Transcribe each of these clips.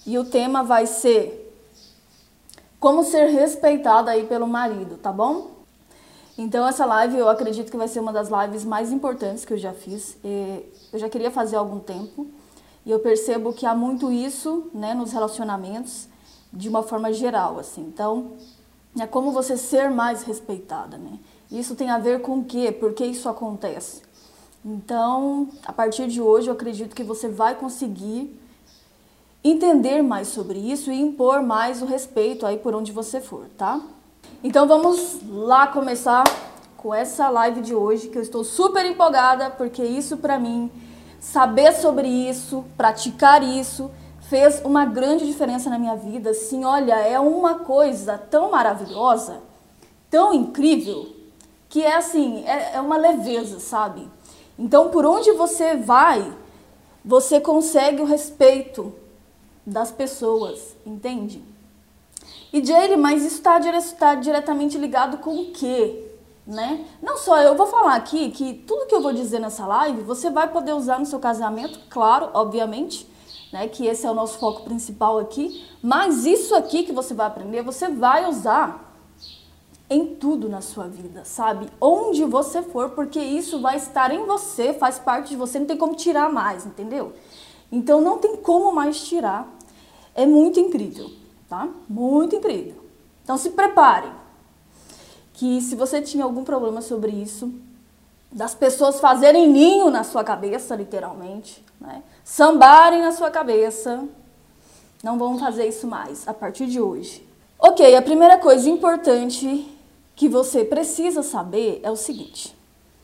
E o tema vai ser como ser respeitada aí pelo marido, tá bom? Então essa live eu acredito que vai ser uma das lives mais importantes que eu já fiz. Eu já queria fazer há algum tempo e eu percebo que há muito isso, né, nos relacionamentos de uma forma geral, assim. Então, é como você ser mais respeitada, né? Isso tem a ver com o quê? Por que isso acontece? Então, a partir de hoje eu acredito que você vai conseguir entender mais sobre isso e impor mais o respeito aí por onde você for, tá? Então vamos lá começar com essa live de hoje, que eu estou super empolgada, porque isso pra mim, saber sobre isso, praticar isso, fez uma grande diferença na minha vida. Assim, olha, é uma coisa tão maravilhosa, tão incrível, que é assim, é uma leveza, sabe? Então por onde você vai, você consegue o respeito das pessoas, entende? E Jaylee, mas isso está diretamente ligado com o quê? Né? Não só, eu vou falar aqui que tudo que eu vou dizer nessa live, você vai poder usar no seu casamento, claro, obviamente, né, que esse é o nosso foco principal aqui, mas isso aqui que você vai aprender, você vai usar em tudo na sua vida, sabe? Onde você for, porque isso vai estar em você, faz parte de você, não tem como tirar mais, entendeu? Então não tem como mais tirar. É muito incrível, tá? Muito incrível. Então se prepare, que se você tinha algum problema sobre isso, das pessoas fazerem ninho na sua cabeça, literalmente, né? Sambarem na sua cabeça, não vão fazer isso mais a partir de hoje. Ok, a primeira coisa importante que você precisa saber é o seguinte: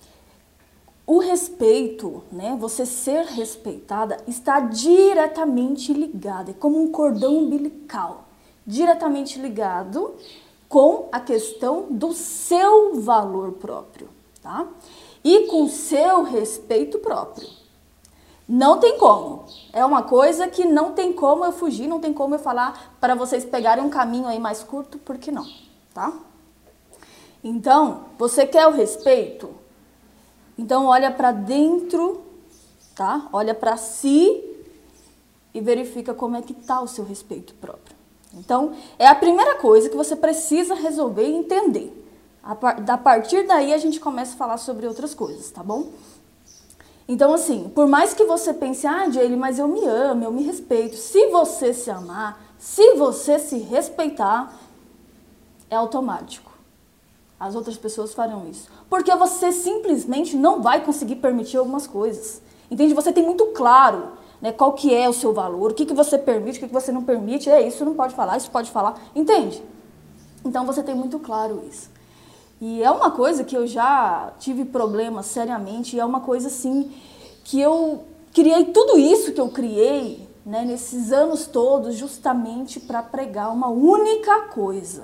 o respeito, né, você ser respeitada, está diretamente ligado, é como um cordão umbilical, diretamente ligado com a questão do seu valor próprio, tá? E com o seu respeito próprio. Não tem como, é uma coisa que não tem como eu fugir, não tem como eu falar para vocês pegarem um caminho aí mais curto, porque não, tá? Então, você quer o respeito? Então, olha para dentro, tá? Olha para si e verifica como é que tá o seu respeito próprio. Então, é a primeira coisa que você precisa resolver e entender. A partir daí, a gente começa a falar sobre outras coisas, tá bom? Então, assim, por mais que você pense, Jaylee, mas eu me amo, eu me respeito. Se você se amar, se você se respeitar, é automático. As outras pessoas farão isso. Porque você simplesmente não vai conseguir permitir algumas coisas. Entende? Você tem muito claro, né, qual que é o seu valor, o que você permite, o que você não permite. Isso não pode falar, isso pode falar. Entende? Então você tem muito claro isso. E é uma coisa que eu já tive problemas seriamente. E é uma coisa assim que eu criei tudo isso que eu criei, né, nesses anos todos justamente para pregar uma única coisa.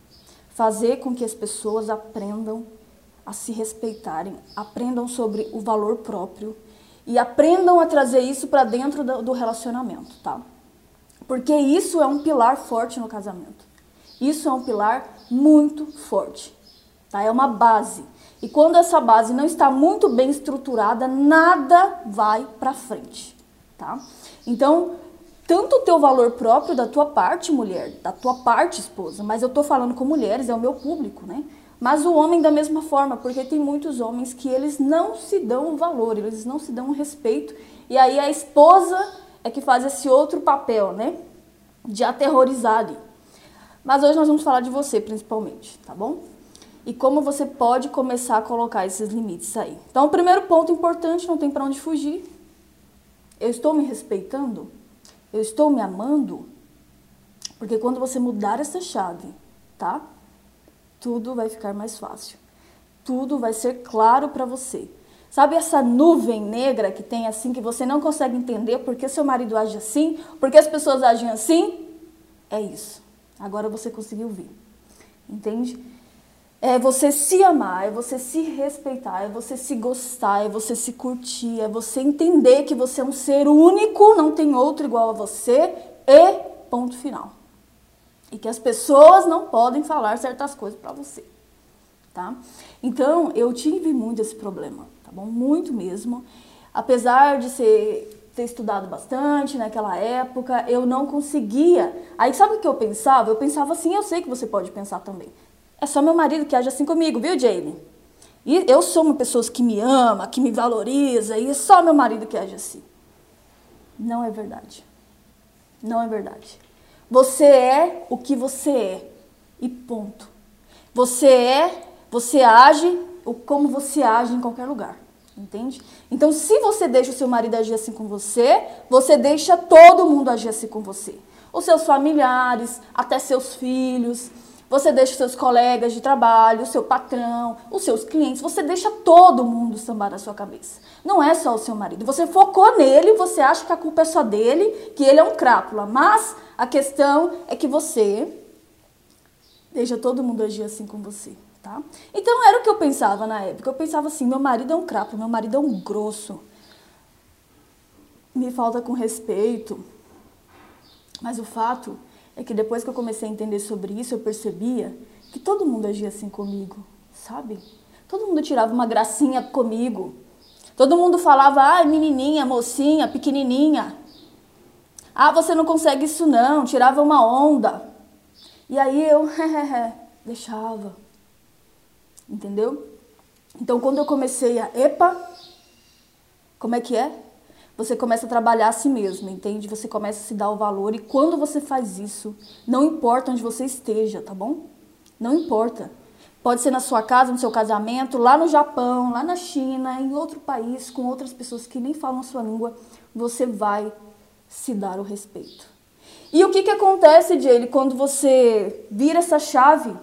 Fazer com que as pessoas aprendam a se respeitarem, aprendam sobre o valor próprio e aprendam a trazer isso para dentro do relacionamento, tá? Porque isso é um pilar forte no casamento. Isso é um pilar muito forte, tá? É uma base. E quando essa base não está muito bem estruturada, nada vai para frente, tá? Então, tanto o teu valor próprio da tua parte, mulher, da tua parte, esposa, mas eu tô falando com mulheres, é o meu público, né? Mas o homem da mesma forma, porque tem muitos homens que eles não se dão o valor, eles não se dão o respeito, e aí a esposa é que faz esse outro papel, né? De aterrorizar ali. Mas hoje nós vamos falar de você, principalmente, tá bom? E como você pode começar a colocar esses limites aí. Então, o primeiro ponto importante, não tem pra onde fugir. Eu estou me respeitando? Eu estou me amando? Porque quando você mudar essa chave, tá? Tudo vai ficar mais fácil. Tudo vai ser claro para você. Sabe essa nuvem negra que tem assim, que você não consegue entender por que seu marido age assim, por que as pessoas agem assim? É isso. Agora você conseguiu ver. Entende? É você se amar, é você se respeitar, é você se gostar, é você se curtir, é você entender que você é um ser único, não tem outro igual a você e ponto final. E que as pessoas não podem falar certas coisas pra você, tá? Então, eu tive muito esse problema, tá bom? Muito mesmo. Apesar de ser ter estudado bastante naquela época, eu não conseguia. Aí sabe o que eu pensava? Eu pensava assim, eu sei que você pode pensar também. É só meu marido que age assim comigo, viu, Jamie? E eu sou uma pessoa que me ama, que me valoriza, e é só meu marido que age assim. Não é verdade. Não é verdade. Você é o que você é. E ponto. Você age como você age em qualquer lugar. Entende? Então, se você deixa o seu marido agir assim com você, você deixa todo mundo agir assim com você. Os seus familiares, até seus filhos, você deixa os seus colegas de trabalho, o seu patrão, os seus clientes, você deixa todo mundo sambar na sua cabeça. Não é só o seu marido. Você focou nele, você acha que a culpa é só dele, que ele é um crápula. Mas a questão é que você deixa todo mundo agir assim com você. Tá? Então era o que eu pensava na época. Eu pensava assim, meu marido é um crápula, meu marido é um grosso. Me falta com respeito. Mas o fato é que depois que eu comecei a entender sobre isso, eu percebia que todo mundo agia assim comigo, sabe? Todo mundo tirava uma gracinha comigo. Todo mundo falava, ah, menininha, mocinha, pequenininha. Ah, você não consegue isso não, tirava uma onda. E aí eu, deixava. Entendeu? Então, quando eu comecei como é que é? Você começa a trabalhar a si mesmo, entende? Você começa a se dar o valor e quando você faz isso, não importa onde você esteja, tá bom? Não importa. Pode ser na sua casa, no seu casamento, lá no Japão, lá na China, em outro país, com outras pessoas que nem falam a sua língua, você vai se dar o respeito. E o que acontece, Jaylee, quando você vira essa chave?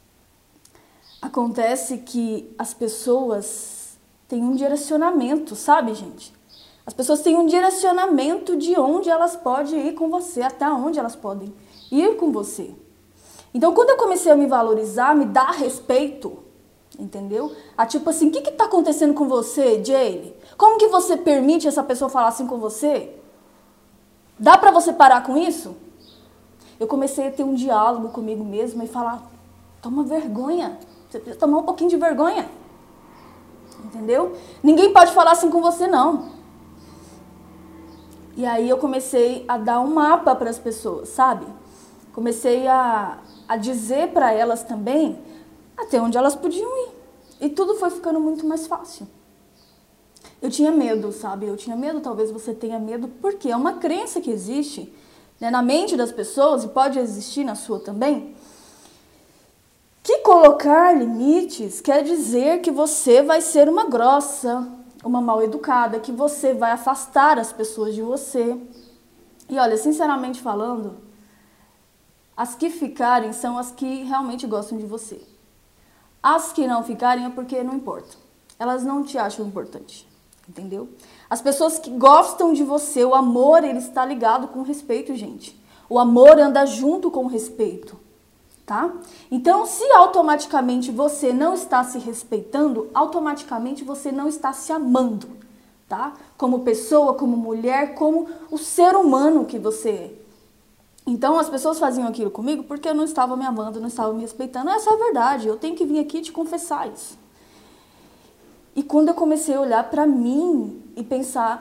Acontece que as pessoas têm um direcionamento, sabe, gente? As pessoas têm um direcionamento de onde elas podem ir com você, até onde elas podem ir com você. Então, quando eu comecei a me valorizar, me dar respeito, entendeu? Tipo assim, o que tá acontecendo com você, Jaylee? Como que você permite essa pessoa falar assim com você? Dá pra você parar com isso? Eu comecei a ter um diálogo comigo mesma e falar, toma vergonha. Você precisa tomar um pouquinho de vergonha. Entendeu? Ninguém pode falar assim com você, não. E aí eu comecei a dar um mapa para as pessoas, sabe? Comecei a dizer para elas também até onde elas podiam ir. E tudo foi ficando muito mais fácil. Eu tinha medo, sabe? Eu tinha medo, talvez você tenha medo, porque é uma crença que existe, né, na mente das pessoas, e pode existir na sua também, que colocar limites quer dizer que você vai ser uma grossa, uma mal educada, que você vai afastar as pessoas de você. E olha, sinceramente falando, as que ficarem são as que realmente gostam de você. As que não ficarem é porque não importa. Elas não te acham importante, entendeu? As pessoas que gostam de você, o amor, ele está ligado com respeito, gente. O amor anda junto com o respeito. Tá? Então, se automaticamente você não está se respeitando, automaticamente você não está se amando, tá? Como pessoa, como mulher, como o ser humano que você é. Então, as pessoas faziam aquilo comigo porque eu não estava me amando, não estava me respeitando. Essa é a verdade, eu tenho que vir aqui te confessar isso. E quando eu comecei a olhar para mim e pensar,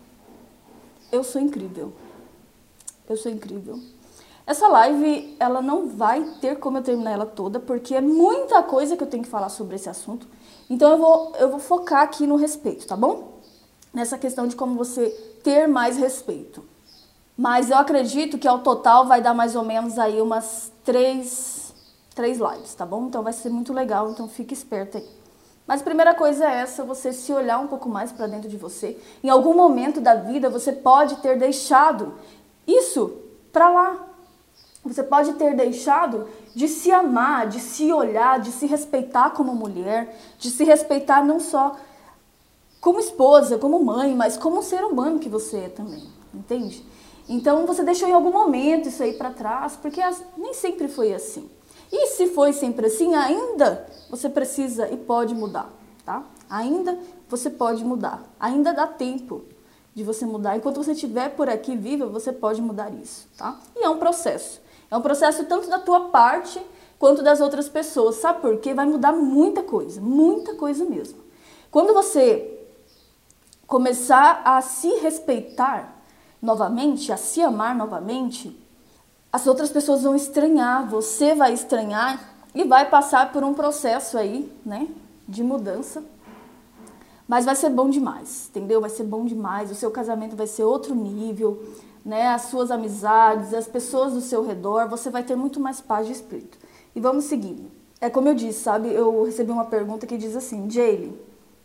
eu sou incrível. Eu sou incrível. Essa live, ela não vai ter como eu terminar ela toda, porque é muita coisa que eu tenho que falar sobre esse assunto. Então, eu vou focar aqui no respeito, tá bom? Nessa questão de como você ter mais respeito. Mas eu acredito que ao total vai dar mais ou menos aí umas três lives, tá bom? Então vai ser muito legal, então fique esperto aí. Mas a primeira coisa é essa, você se olhar um pouco mais para dentro de você. Em algum momento da vida, você pode ter deixado isso para lá. Você pode ter deixado de se amar, de se olhar, de se respeitar como mulher, de se respeitar não só como esposa, como mãe, mas como ser humano que você é também, entende? Então você deixou em algum momento isso aí para trás, porque nem sempre foi assim. E se foi sempre assim, ainda você precisa e pode mudar, tá? Ainda você pode mudar, ainda dá tempo de você mudar. Enquanto você estiver por aqui viva, você pode mudar isso, tá? E é um processo. É um processo tanto da tua parte quanto das outras pessoas. Sabe por quê? Vai mudar muita coisa mesmo. Quando começar a se respeitar novamente, a se amar novamente, as outras pessoas vão estranhar, você vai estranhar e vai passar por um processo aí, né, de mudança. Mas vai ser bom demais, entendeu? Vai ser bom demais, o seu casamento vai ser outro nível, né? As suas amizades, as pessoas do seu redor, você vai ter muito mais paz de espírito. E vamos seguindo. É como eu disse, sabe? Eu recebi uma pergunta que diz assim, Jaylee,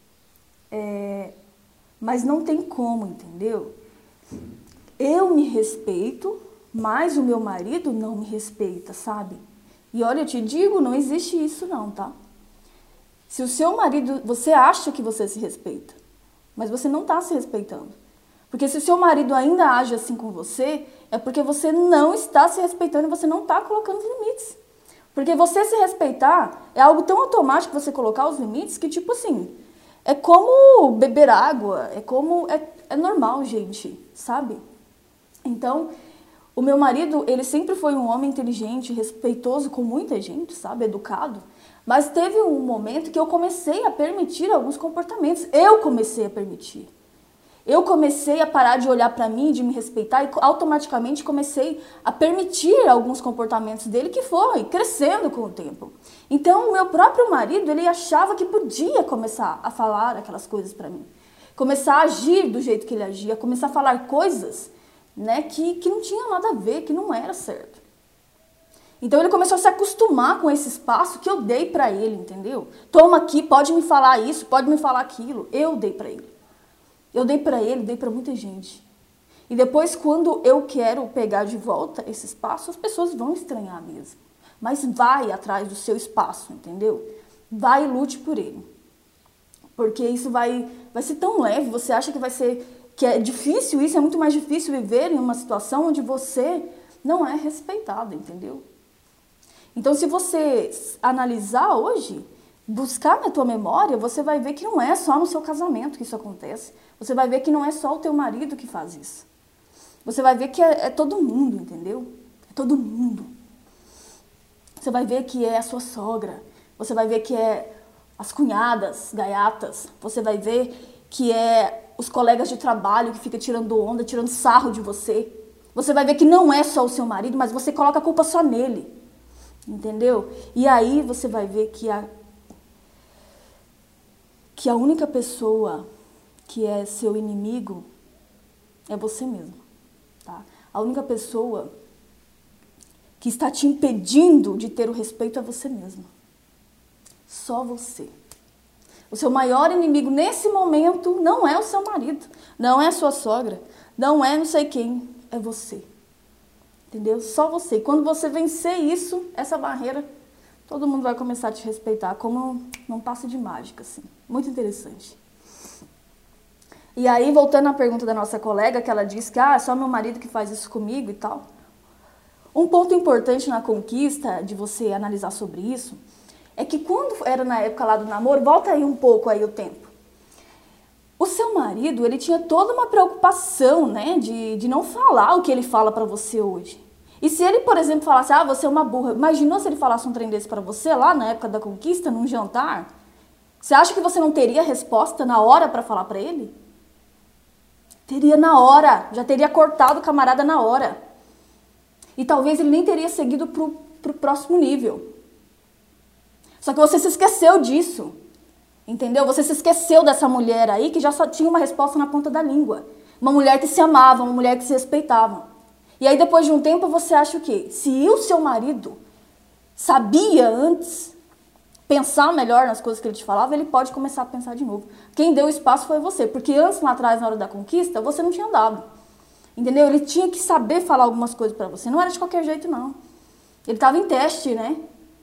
mas não tem como, entendeu? Eu me respeito, mas o meu marido não me respeita, sabe? E olha, eu te digo, não existe isso não, tá? Se o seu marido, você acha que você se respeita, mas você não está se respeitando. Porque se o seu marido ainda age assim com você, é porque você não está se respeitando e você não está colocando os limites. Porque você se respeitar é algo tão automático você colocar os limites que, tipo assim, é como beber água, é normal, gente, sabe? Então, o meu marido, ele sempre foi um homem inteligente, respeitoso com muita gente, sabe? Educado. Mas teve um momento que eu comecei a permitir alguns comportamentos. Eu comecei a permitir. Eu comecei a parar de olhar para mim, de me respeitar e automaticamente comecei a permitir alguns comportamentos dele que foi crescendo com o tempo. Então, o meu próprio marido, ele achava que podia começar a falar aquelas coisas para mim. Começar a agir do jeito que ele agia, começar a falar coisas, né, que não tinha nada a ver, que não era certo. Então ele começou a se acostumar com esse espaço que eu dei para ele, entendeu? Toma aqui, pode me falar isso, pode me falar aquilo. Eu dei para ele. Eu dei para ele, dei para muita gente. E depois, quando eu quero pegar de volta esse espaço, as pessoas vão estranhar mesmo. Mas vai atrás do seu espaço, entendeu? Vai e lute por ele. Porque isso vai ser tão leve, você acha que é difícil isso, é muito mais difícil viver em uma situação onde você não é respeitado, entendeu? Então, se você analisar hoje, buscar na tua memória, você vai ver que não é só no seu casamento que isso acontece. Você vai ver que não é só o teu marido que faz isso. Você vai ver que é todo mundo, entendeu? É todo mundo. Você vai ver que é a sua sogra. Você vai ver que é as cunhadas, gaiatas. Você vai ver que é os colegas de trabalho que ficam tirando onda, tirando sarro de você. Você vai ver que não é só o seu marido, mas você coloca a culpa só nele. Entendeu? E aí você vai ver que a única pessoa que é seu inimigo é você mesmo, tá? A única pessoa que está te impedindo de ter o respeito é você mesmo. Só você. O seu maior inimigo nesse momento não é o seu marido, não é a sua sogra, não é não sei quem, é você. Entendeu? Só você. E quando você vencer isso, essa barreira, todo mundo vai começar a te respeitar como num passe de mágica, assim. Muito interessante. E aí, voltando à pergunta da nossa colega, que ela disse que é só meu marido que faz isso comigo e tal. Um ponto importante na conquista, de você analisar sobre isso, é que quando era na época lá do namoro, volta aí um pouco aí o tempo. O seu marido, ele tinha toda uma preocupação, né, de não falar o que ele fala pra você hoje. E se ele, por exemplo, falasse, você é uma burra, imaginou se ele falasse um trem desse pra você lá na época da conquista, num jantar? Você acha que você não teria resposta na hora pra falar pra ele? Teria na hora, já teria cortado o camarada na hora. E talvez ele nem teria seguido pro próximo nível. Só que você se esqueceu disso. Entendeu? Você se esqueceu dessa mulher aí que já só tinha uma resposta na ponta da língua. Uma mulher que se amava, uma mulher que se respeitava. E aí depois de um tempo você acha o quê? Se o seu marido sabia antes pensar melhor nas coisas que ele te falava, ele pode começar a pensar de novo. Quem deu espaço foi você, porque antes lá atrás, na hora da conquista, você não tinha dado. Entendeu? Ele tinha que saber falar algumas coisas pra você, não era de qualquer jeito não. Ele estava em teste, né?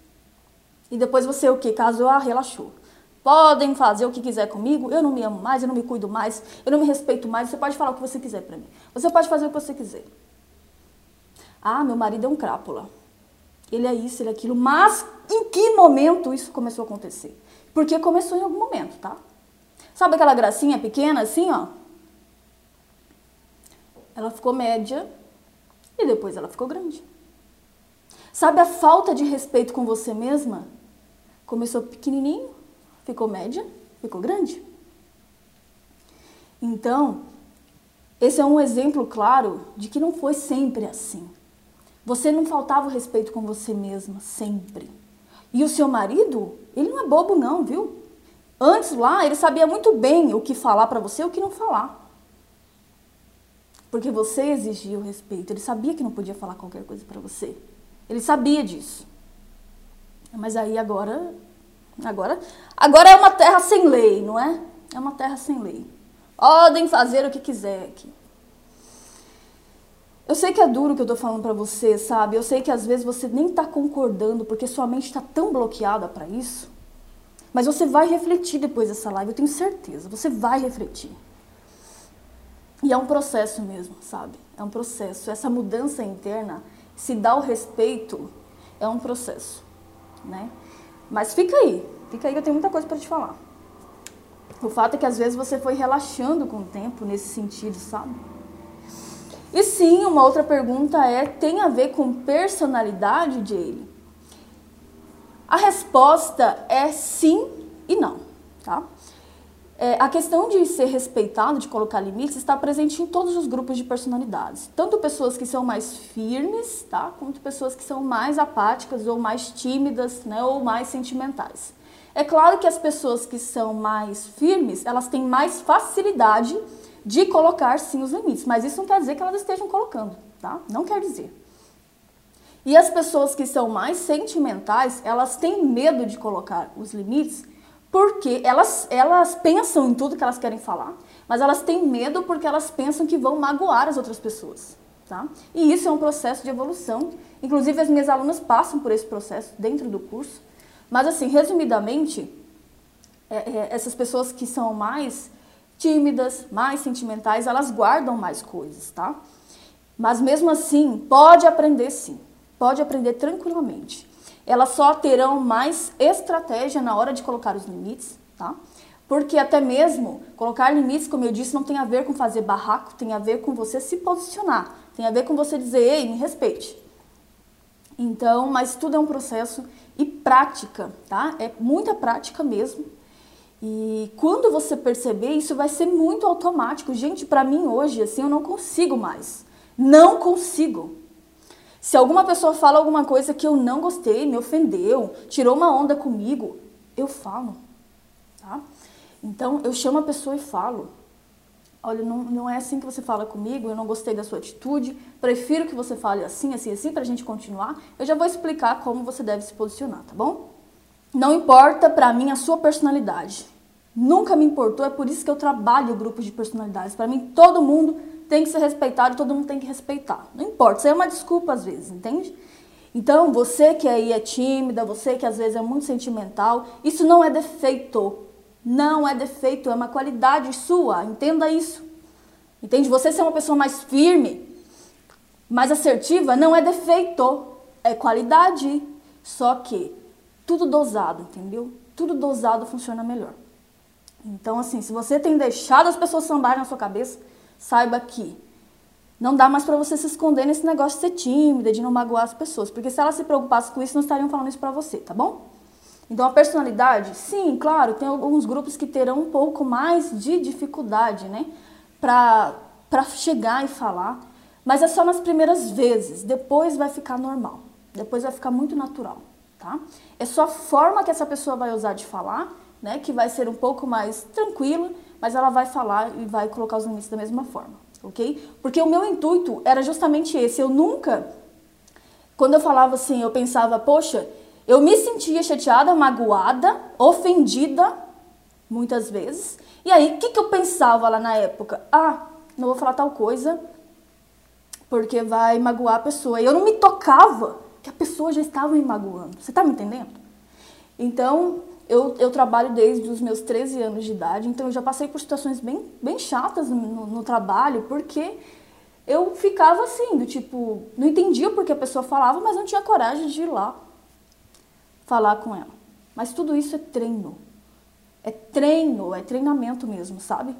E depois você o quê? Casou, relaxou. Podem fazer o que quiser comigo, eu não me amo mais, eu não me cuido mais, eu não me respeito mais, você pode falar o que você quiser pra mim. Você pode fazer o que você quiser. Meu marido é um crápula. Ele é isso, ele é aquilo. Mas em que momento isso começou a acontecer? Porque começou em algum momento, tá? Sabe aquela gracinha pequena assim, ó? Ela ficou média e depois ela ficou grande. Sabe a falta de respeito com você mesma? Começou pequenininho, ficou média, ficou grande. Então, esse é um exemplo claro de que não foi sempre assim. Você não faltava o respeito com você mesma, sempre. E o seu marido, ele não é bobo não, viu? Antes lá, ele sabia muito bem o que falar pra você e o que não falar. Porque você exigia o respeito. Ele sabia que não podia falar qualquer coisa pra você. Ele sabia disso. Mas aí agora é uma terra sem lei, não é? É uma terra sem lei. Podem fazer o que quiser aqui. Eu sei que é duro o que eu tô falando pra você, sabe? Eu sei que às vezes você nem tá concordando porque sua mente tá tão bloqueada pra isso. Mas você vai refletir depois dessa live, eu tenho certeza. Você vai refletir. E é um processo mesmo, sabe? É um processo. Essa mudança interna, se dá o respeito, é um processo, né? Mas fica aí que eu tenho muita coisa pra te falar. O fato é que às vezes você foi relaxando com o tempo nesse sentido, sabe? E sim, uma outra pergunta tem a ver com personalidade dele? A resposta é sim e não, tá? A questão de ser respeitado, de colocar limites, está presente em todos os grupos de personalidades. Tanto pessoas que são mais firmes, tá? Quanto pessoas que são mais apáticas ou mais tímidas, né? Ou mais sentimentais. É claro que as pessoas que são mais firmes, elas têm mais facilidade de colocar sim os limites, mas isso não quer dizer que elas estejam colocando, tá? Não quer dizer. E as pessoas que são mais sentimentais, elas têm medo de colocar os limites porque elas pensam em tudo que elas querem falar, mas elas têm medo porque elas pensam que vão magoar as outras pessoas, tá? E isso é um processo de evolução. Inclusive, as minhas alunas passam por esse processo dentro do curso. Mas assim, resumidamente, essas pessoas que são mais tímidas, mais sentimentais, elas guardam mais coisas, tá? Mas mesmo assim, pode aprender sim, pode aprender tranquilamente. Elas só terão mais estratégia na hora de colocar os limites, tá? Porque até mesmo colocar limites, como eu disse, não tem a ver com fazer barraco, tem a ver com você se posicionar, tem a ver com você dizer, ei, me respeite. Então, mas tudo é um processo e prática, tá? É muita prática mesmo. E quando você perceber, isso vai ser muito automático. Gente, pra mim hoje, assim, eu não consigo mais. Não consigo. Se alguma pessoa fala alguma coisa que eu não gostei, me ofendeu, tirou uma onda comigo, eu falo, tá? Então, eu chamo a pessoa e falo. Olha, não é assim que você fala comigo, eu não gostei da sua atitude, prefiro que você fale assim, assim, assim, pra gente continuar. Eu já vou explicar como você deve se posicionar, tá bom? Não importa pra mim a sua personalidade. Nunca me importou, é por isso que eu trabalho grupos de personalidades. Pra mim, todo mundo tem que ser respeitado, todo mundo tem que respeitar. Não importa, isso aí é uma desculpa às vezes, entende? Então, você que aí é tímida, você que às vezes é muito sentimental, isso não é defeito. Não é defeito, é uma qualidade sua, entenda isso. Entende? Você ser uma pessoa mais firme, mais assertiva, não é defeito, é qualidade. Só que tudo dosado, entendeu? Tudo dosado funciona melhor. Então, assim, se você tem deixado as pessoas sambarem na sua cabeça, saiba que não dá mais pra você se esconder nesse negócio de ser tímida, de não magoar as pessoas. Porque se elas se preocupassem com isso, não estariam falando isso pra você, tá bom? Então, a personalidade, sim, claro, tem alguns grupos que terão um pouco mais de dificuldade, né? Pra chegar e falar. Mas é só nas primeiras vezes, depois vai ficar normal. Depois vai ficar muito natural, tá? É só a forma que essa pessoa vai usar de falar, né? Que vai ser um pouco mais tranquila, mas ela vai falar e vai colocar os limites da mesma forma, ok? Porque o meu intuito era justamente esse. Eu nunca, quando eu falava assim, eu pensava, poxa, eu me sentia chateada, magoada, ofendida, muitas vezes. E aí, o que eu pensava lá na época? Ah, não vou falar tal coisa, porque vai magoar a pessoa. E eu não me tocava que a pessoa já estava me magoando. Você tá me entendendo? Então, eu trabalho desde os meus 13 anos de idade, então eu já passei por situações bem chatas no trabalho, porque eu ficava assim, do tipo, não entendia porque a pessoa falava, mas não tinha coragem de ir lá falar com ela. Mas tudo isso é treino. É treino, é treinamento mesmo, sabe?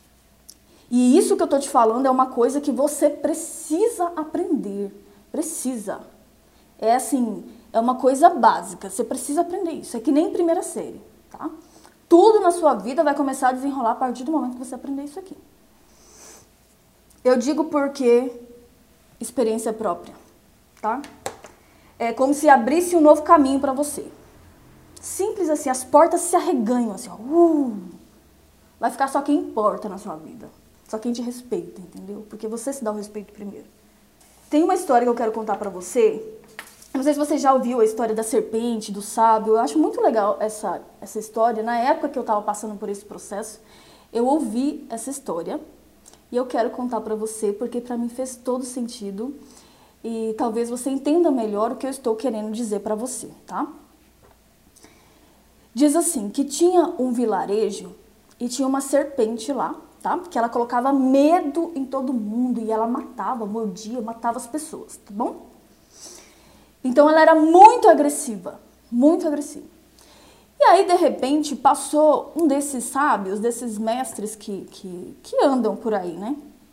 E isso que eu tô te falando é uma coisa que você precisa aprender. Precisa. É assim, é uma coisa básica. Você precisa aprender isso. É que nem primeira série, tá? Tudo na sua vida vai começar a desenrolar a partir do momento que você aprender isso aqui. Eu digo porque experiência própria, tá? É como se abrisse um novo caminho para você. Simples assim, as portas se arreganham assim, ó. Vai ficar só quem importa na sua vida. Só quem te respeita, entendeu? Porque você se dá o respeito primeiro. Tem uma história que eu quero contar pra você. Eu não sei se você já ouviu a história da serpente, do sábio. Eu acho muito legal essa história. Na época que eu tava passando por esse processo, eu ouvi essa história. E eu quero contar pra você, porque pra mim fez todo sentido. E talvez você entenda melhor o que eu estou querendo dizer pra você, tá? Diz assim, que tinha um vilarejo e tinha uma serpente lá, tá? Que ela colocava medo em todo mundo e ela matava, mordia, matava as pessoas, tá bom? Então ela era muito agressiva, muito agressiva. E aí, de repente, passou um desses sábios, desses mestres que andam por aí, né?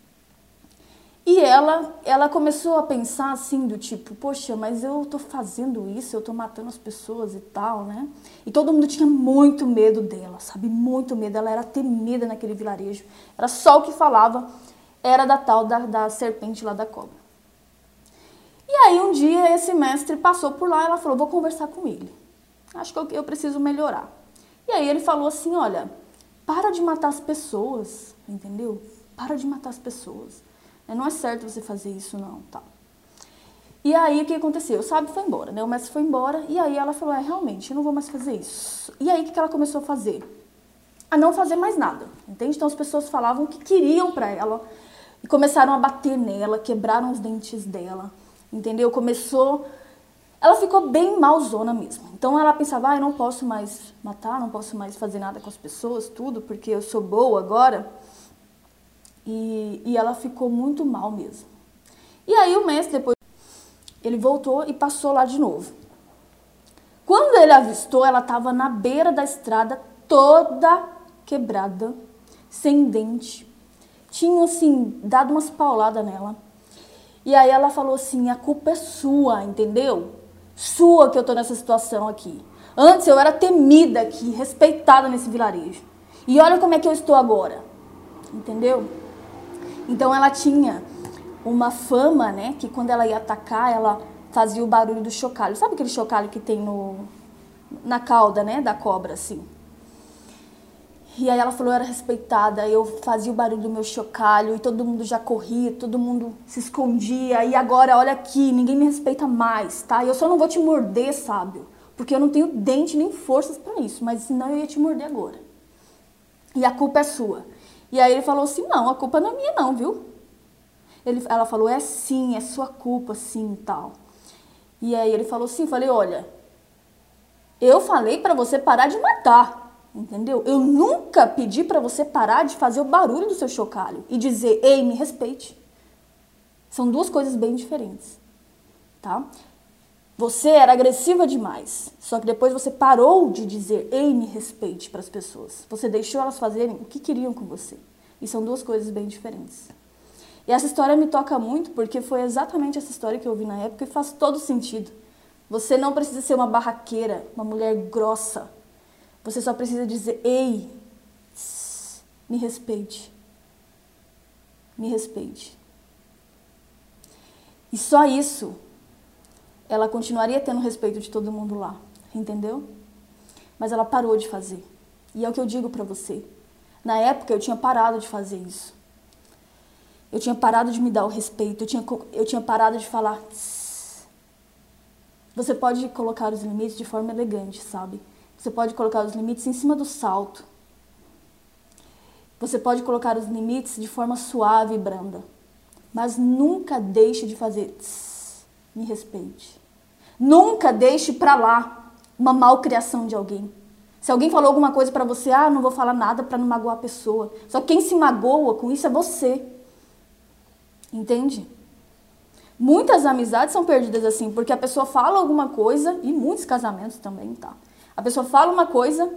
E ela começou a pensar assim, do tipo, poxa, mas eu tô fazendo isso, eu tô matando as pessoas e tal, né? E todo mundo tinha muito medo dela, sabe? Muito medo, ela era temida naquele vilarejo. Era só o que falava, era da tal da serpente lá da cobra. E aí um dia esse mestre passou por lá e ela falou, vou conversar com ele. Acho que eu preciso melhorar. E aí ele falou assim, olha, para de matar as pessoas, entendeu? Para de matar as pessoas. Não é certo você fazer isso, não, tá? E aí, o que aconteceu? O sábio foi embora, né? O mestre foi embora, e aí ela falou, realmente, eu não vou mais fazer isso. E aí, o que ela começou a fazer? A não fazer mais nada, entende? Então, as pessoas falavam o que queriam pra ela, e começaram a bater nela, quebraram os dentes dela, entendeu? Ela ficou bem malzona mesmo. Então, ela pensava, eu não posso mais matar, não posso mais fazer nada com as pessoas, tudo, porque eu sou boa agora. E ela ficou muito mal mesmo. E aí o mestre depois, ele voltou e passou lá de novo. Quando ele avistou, ela estava na beira da estrada, toda quebrada, sem dente. Tinham, assim, dado umas pauladas nela. E aí ela falou assim, a culpa é sua, entendeu? Sua que eu tô nessa situação aqui. Antes eu era temida aqui, respeitada nesse vilarejo. E olha como é que eu estou agora, entendeu? Então ela tinha uma fama, né, que quando ela ia atacar, ela fazia o barulho do chocalho. Sabe aquele chocalho que tem na cauda, né, da cobra, assim? E aí ela falou, eu era respeitada, eu fazia o barulho do meu chocalho e todo mundo já corria, todo mundo se escondia. E agora, olha aqui, ninguém me respeita mais, tá? E eu só não vou te morder, sábio, porque eu não tenho dente nem forças pra isso, mas senão eu ia te morder agora. E a culpa é sua. E aí ele falou assim, não, a culpa não é minha não, viu? Ela falou, é sim, é sua culpa, sim, e tal. E aí ele falou assim, falei, olha, eu falei pra você parar de matar, entendeu? Eu nunca pedi pra você parar de fazer o barulho do seu chocalho e dizer, ei, me respeite. São duas coisas bem diferentes, tá? Você era agressiva demais, só que depois você parou de dizer, ei, me respeite para as pessoas. Você deixou elas fazerem o que queriam com você. E são duas coisas bem diferentes. E essa história me toca muito porque foi exatamente essa história que eu ouvi na época e faz todo sentido. Você não precisa ser uma barraqueira, uma mulher grossa. Você só precisa dizer, ei, me respeite. Me respeite. E só isso, ela continuaria tendo respeito de todo mundo lá, entendeu? Mas ela parou de fazer. E é o que eu digo pra você. Na época eu tinha parado de fazer isso. Eu tinha parado de me dar o respeito, eu tinha parado de falar. Você pode colocar os limites de forma elegante, sabe? Você pode colocar os limites em cima do salto. Você pode colocar os limites de forma suave e branda. Mas nunca deixe de fazer. Me respeite. Nunca deixe pra lá uma malcriação de alguém. Se alguém falou alguma coisa pra você, não vou falar nada pra não magoar a pessoa. Só que quem se magoa com isso é você. Entende? Muitas amizades são perdidas assim, porque a pessoa fala alguma coisa, e muitos casamentos também, tá? A pessoa fala uma coisa,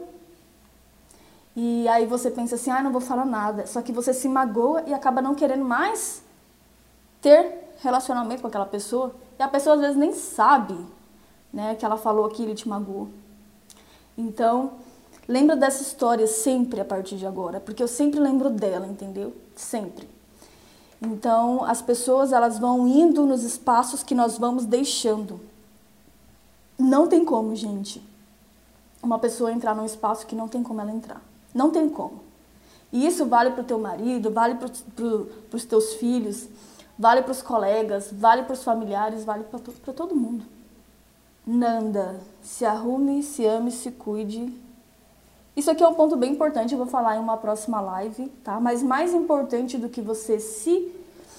e aí você pensa assim, não vou falar nada. Só que você se magoa e acaba não querendo mais ter relacionamento com aquela pessoa. E a pessoa às vezes nem sabe, né, que ela falou aquilo e te magoou. Então, lembra dessa história sempre a partir de agora, porque eu sempre lembro dela, entendeu? Sempre. Então, as pessoas, elas vão indo nos espaços que nós vamos deixando. Não tem como, gente, uma pessoa entrar num espaço que não tem como ela entrar. Não tem como. E isso vale para o teu marido, vale para os teus filhos, vale para os colegas, vale para os familiares, vale para todo mundo. Nanda, se arrume, se ame, se cuide. Isso aqui é um ponto bem importante, eu vou falar em uma próxima live, tá? Mas mais importante do que você se...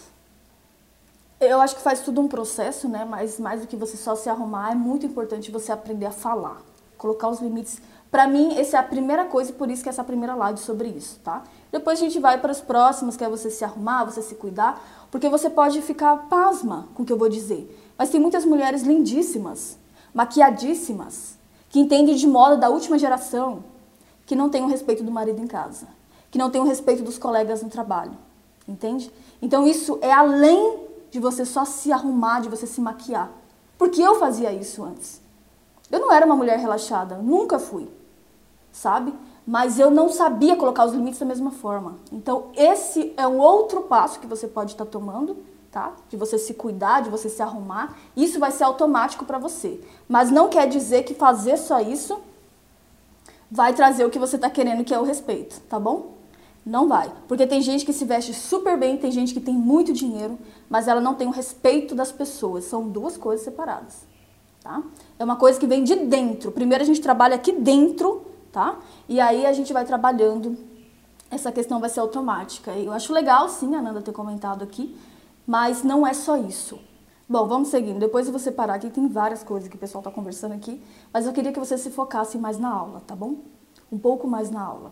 Eu acho que faz tudo um processo, né? Mas mais do que você só se arrumar, é muito importante você aprender a falar. Colocar os limites. Pra mim, essa é a primeira coisa e por isso que essa primeira live sobre isso, tá? Depois a gente vai para as próximas, que é você se arrumar, você se cuidar. Porque você pode ficar pasma com o que eu vou dizer. Mas tem muitas mulheres lindíssimas, maquiadíssimas, que entendem de moda da última geração, que não tem o respeito do marido em casa, que não tem o respeito dos colegas no trabalho, entende? Então isso é além de você só se arrumar, de você se maquiar. Porque eu fazia isso antes. Eu não era uma mulher relaxada, nunca fui, sabe? Mas eu não sabia colocar os limites da mesma forma. Então esse é um outro passo que você pode estar tomando, tá? De você se cuidar, de você se arrumar. Isso vai ser automático para você. Mas não quer dizer que fazer só isso vai trazer o que você tá querendo, que é o respeito, tá bom? Não vai. Porque tem gente que se veste super bem, tem gente que tem muito dinheiro, mas ela não tem o respeito das pessoas. São duas coisas separadas, tá? É uma coisa que vem de dentro. Primeiro a gente trabalha aqui dentro, tá? E aí a gente vai trabalhando. Essa questão vai ser automática. Eu acho legal, sim, a Nanda ter comentado aqui, mas não é só isso. Bom, vamos seguindo. Depois de você parar aqui, tem várias coisas que o pessoal está conversando aqui, mas eu queria que você se focasse mais na aula, tá bom? Um pouco mais na aula.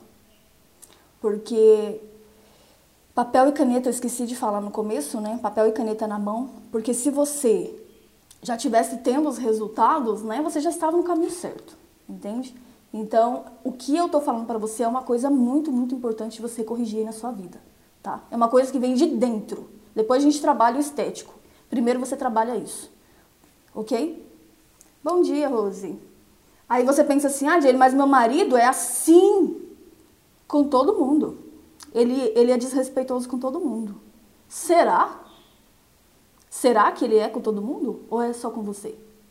Porque papel e caneta, eu esqueci de falar no começo, né? Papel e caneta na mão, porque se você já tivesse tendo os resultados, né? Você já estava no caminho certo, entende? Então, o que eu tô falando para você é uma coisa muito, muito importante você corrigir aí na sua vida, tá? É uma coisa que vem de dentro. Depois a gente trabalha o estético. Primeiro você trabalha isso, ok? Bom dia, Rose. Aí você pensa assim, ah, Jane, mas meu marido é assim com todo mundo. Ele é desrespeitoso com todo mundo. Será? Será que ele é com todo mundo? Ou é só com você?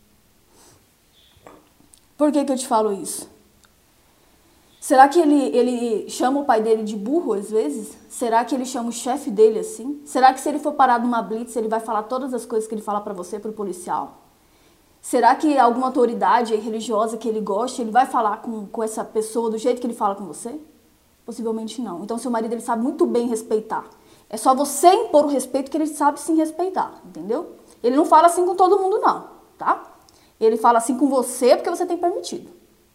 Por que eu te falo isso? Será que ele chama o pai dele de burro às vezes? Será que ele chama o chefe dele assim? Será que se ele for parar numa blitz, ele vai falar todas as coisas que ele fala pra você, pro policial? Será que alguma autoridade religiosa que ele goste, ele vai falar com essa pessoa do jeito que ele fala com você? Possivelmente não. Então seu marido ele sabe muito bem respeitar. É só você impor o respeito que ele sabe sim respeitar, entendeu? Ele não fala assim com todo mundo não, tá? Ele fala assim com você porque você tem permitido.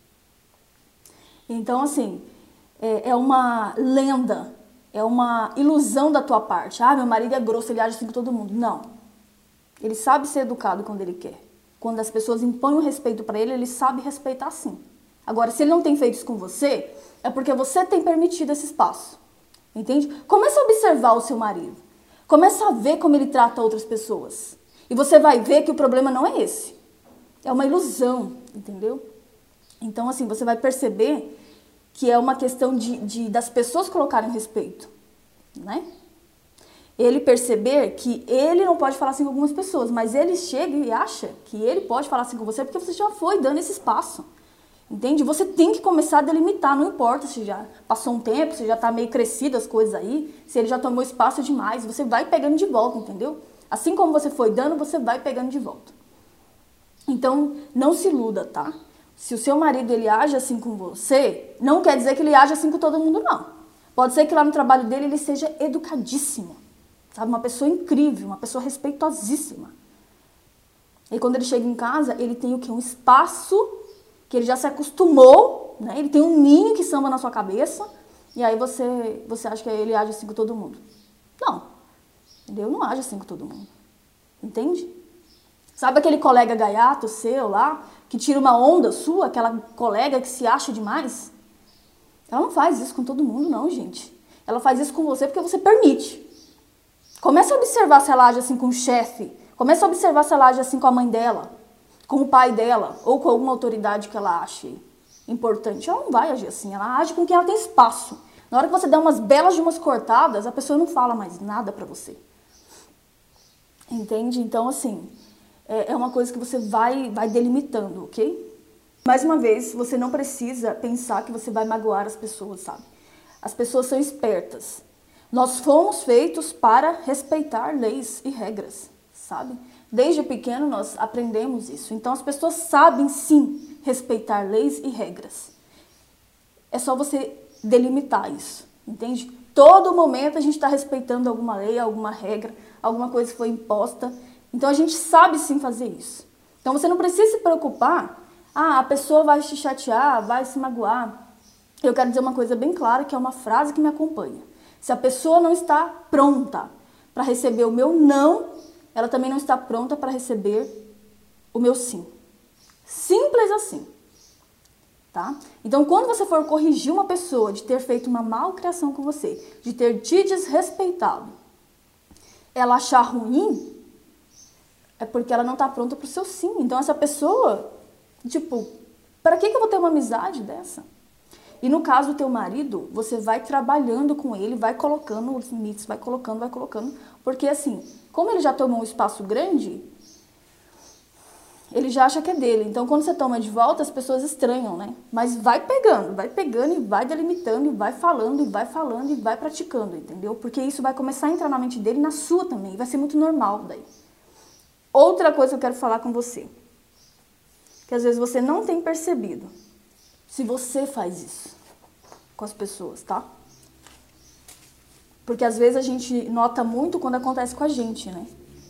Então, assim, é uma lenda, é uma ilusão da tua parte. Ah, meu marido é grosso, ele age assim com todo mundo. Não. Ele sabe ser educado quando ele quer. Quando as pessoas impõem o respeito para ele, ele sabe respeitar sim. Agora, se ele não tem feito isso com você, é porque você tem permitido esse espaço. Entende? Começa a observar o seu marido. Começa a ver como ele trata outras pessoas. E você vai ver que o problema não é esse. É uma ilusão, entendeu? Então, assim, você vai perceber que é uma questão das pessoas colocarem respeito, né? Ele perceber que ele não pode falar assim com algumas pessoas, mas ele chega e acha que ele pode falar assim com você porque você já foi dando esse espaço, entende? Você tem que começar a delimitar, não importa se já passou um tempo, se já tá meio crescido as coisas aí, se ele já tomou espaço demais, você vai pegando de volta, entendeu? Assim como você foi dando, você vai pegando de volta. Então, não se iluda, tá? Se o seu marido ele age assim com você, não quer dizer que ele age assim com todo mundo, não. Pode ser que lá no trabalho dele ele seja educadíssimo, sabe? Uma pessoa incrível, uma pessoa respeitosíssima. E quando ele chega em casa, ele tem o quê? Um espaço que ele já se acostumou, né? Ele tem um ninho que samba na sua cabeça, e aí você acha que ele age assim com todo mundo. Não, entendeu? Não age assim com todo mundo, entende? Sabe aquele colega gaiato seu lá, que tira uma onda sua, aquela colega que se acha demais? Ela não faz isso com todo mundo, não, gente. Ela faz isso com você porque você permite. Começa a observar se ela age assim com o chefe. Começa a observar se ela age assim com a mãe dela, com o pai dela, ou com alguma autoridade que ela ache importante. Ela não vai agir assim, ela age com quem ela tem espaço. Na hora que você dá umas belas de umas cortadas, a pessoa não fala mais nada pra você. Entende? Então, assim, é uma coisa que você vai delimitando, ok? Mais uma vez, você não precisa pensar que você vai magoar as pessoas, sabe? As pessoas são espertas. Nós fomos feitos para respeitar leis e regras, sabe? Desde pequeno nós aprendemos isso. Então as pessoas sabem sim respeitar leis e regras. É só você delimitar isso, entende? Todo momento a gente está respeitando alguma lei, alguma regra, alguma coisa que foi imposta. Então a gente sabe sim fazer isso. Então você não precisa se preocupar, a pessoa vai te chatear, vai se magoar. Eu quero dizer uma coisa bem clara, que é uma frase que me acompanha. Se a pessoa não está pronta para receber o meu não, ela também não está pronta para receber o meu sim. Simples assim. Tá? Então, quando você for corrigir uma pessoa de ter feito uma malcriação com você, de ter te desrespeitado, ela achar ruim, é porque ela não está pronta para o seu sim. Então, essa pessoa, tipo, para que eu vou ter uma amizade dessa? E no caso do teu marido, você vai trabalhando com ele, vai colocando os limites, vai colocando, porque assim, como ele já tomou um espaço grande, ele já acha que é dele. Então, quando você toma de volta, as pessoas estranham, né? Mas vai pegando e vai delimitando, e vai falando e vai praticando, entendeu? Porque isso vai começar a entrar na mente dele e na sua também, vai ser muito normal daí. Outra coisa que eu quero falar com você, que às vezes você não tem percebido, se você faz isso com as pessoas, tá? Porque às vezes a gente nota muito quando acontece com a gente, né?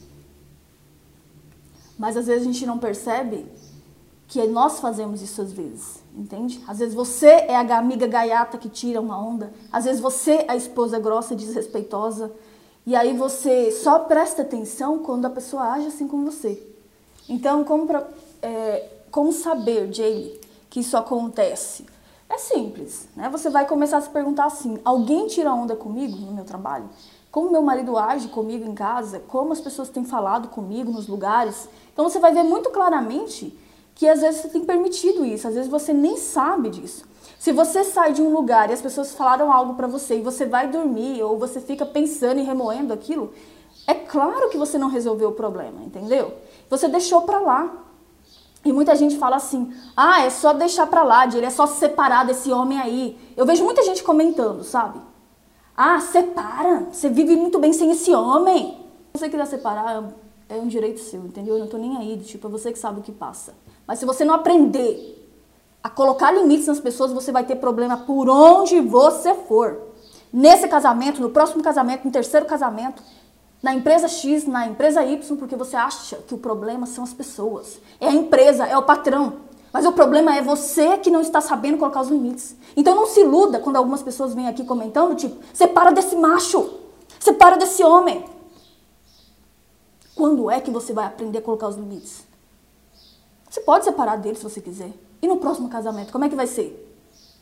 Mas às vezes a gente não percebe que nós fazemos isso às vezes, entende? Às vezes você é a amiga gaiata que tira uma onda, às vezes você é a esposa grossa e desrespeitosa, e aí você só presta atenção quando a pessoa age assim com você. Então, como saber, Jaylee, que isso acontece? É simples, né? Você vai começar a se perguntar assim, alguém tira onda comigo no meu trabalho? Como meu marido age comigo em casa? Como as pessoas têm falado comigo nos lugares? Então você vai ver muito claramente que às vezes você tem permitido isso, às vezes você nem sabe disso. Se você sai de um lugar e as pessoas falaram algo pra você e você vai dormir ou você fica pensando e remoendo aquilo, é claro que você não resolveu o problema, entendeu? Você deixou pra lá. E muita gente fala assim, é só deixar pra lá, ele é só se separar desse homem aí. Eu vejo muita gente comentando, sabe? Separa, você vive muito bem sem esse homem. Se você quiser separar, é um direito seu, entendeu? Eu não tô nem aí, tipo, é você que sabe o que passa. Mas se você não aprender a colocar limites nas pessoas, você vai ter problema por onde você for. Nesse casamento, no próximo casamento, no terceiro casamento, na empresa X, na empresa Y, porque você acha que o problema são as pessoas. É a empresa, é o patrão. Mas o problema é você que não está sabendo colocar os limites. Então não se iluda quando algumas pessoas vêm aqui comentando, tipo, separa desse macho, separa desse homem. Quando é que você vai aprender a colocar os limites? Você pode separar dele se você quiser. E no próximo casamento, como é que vai ser?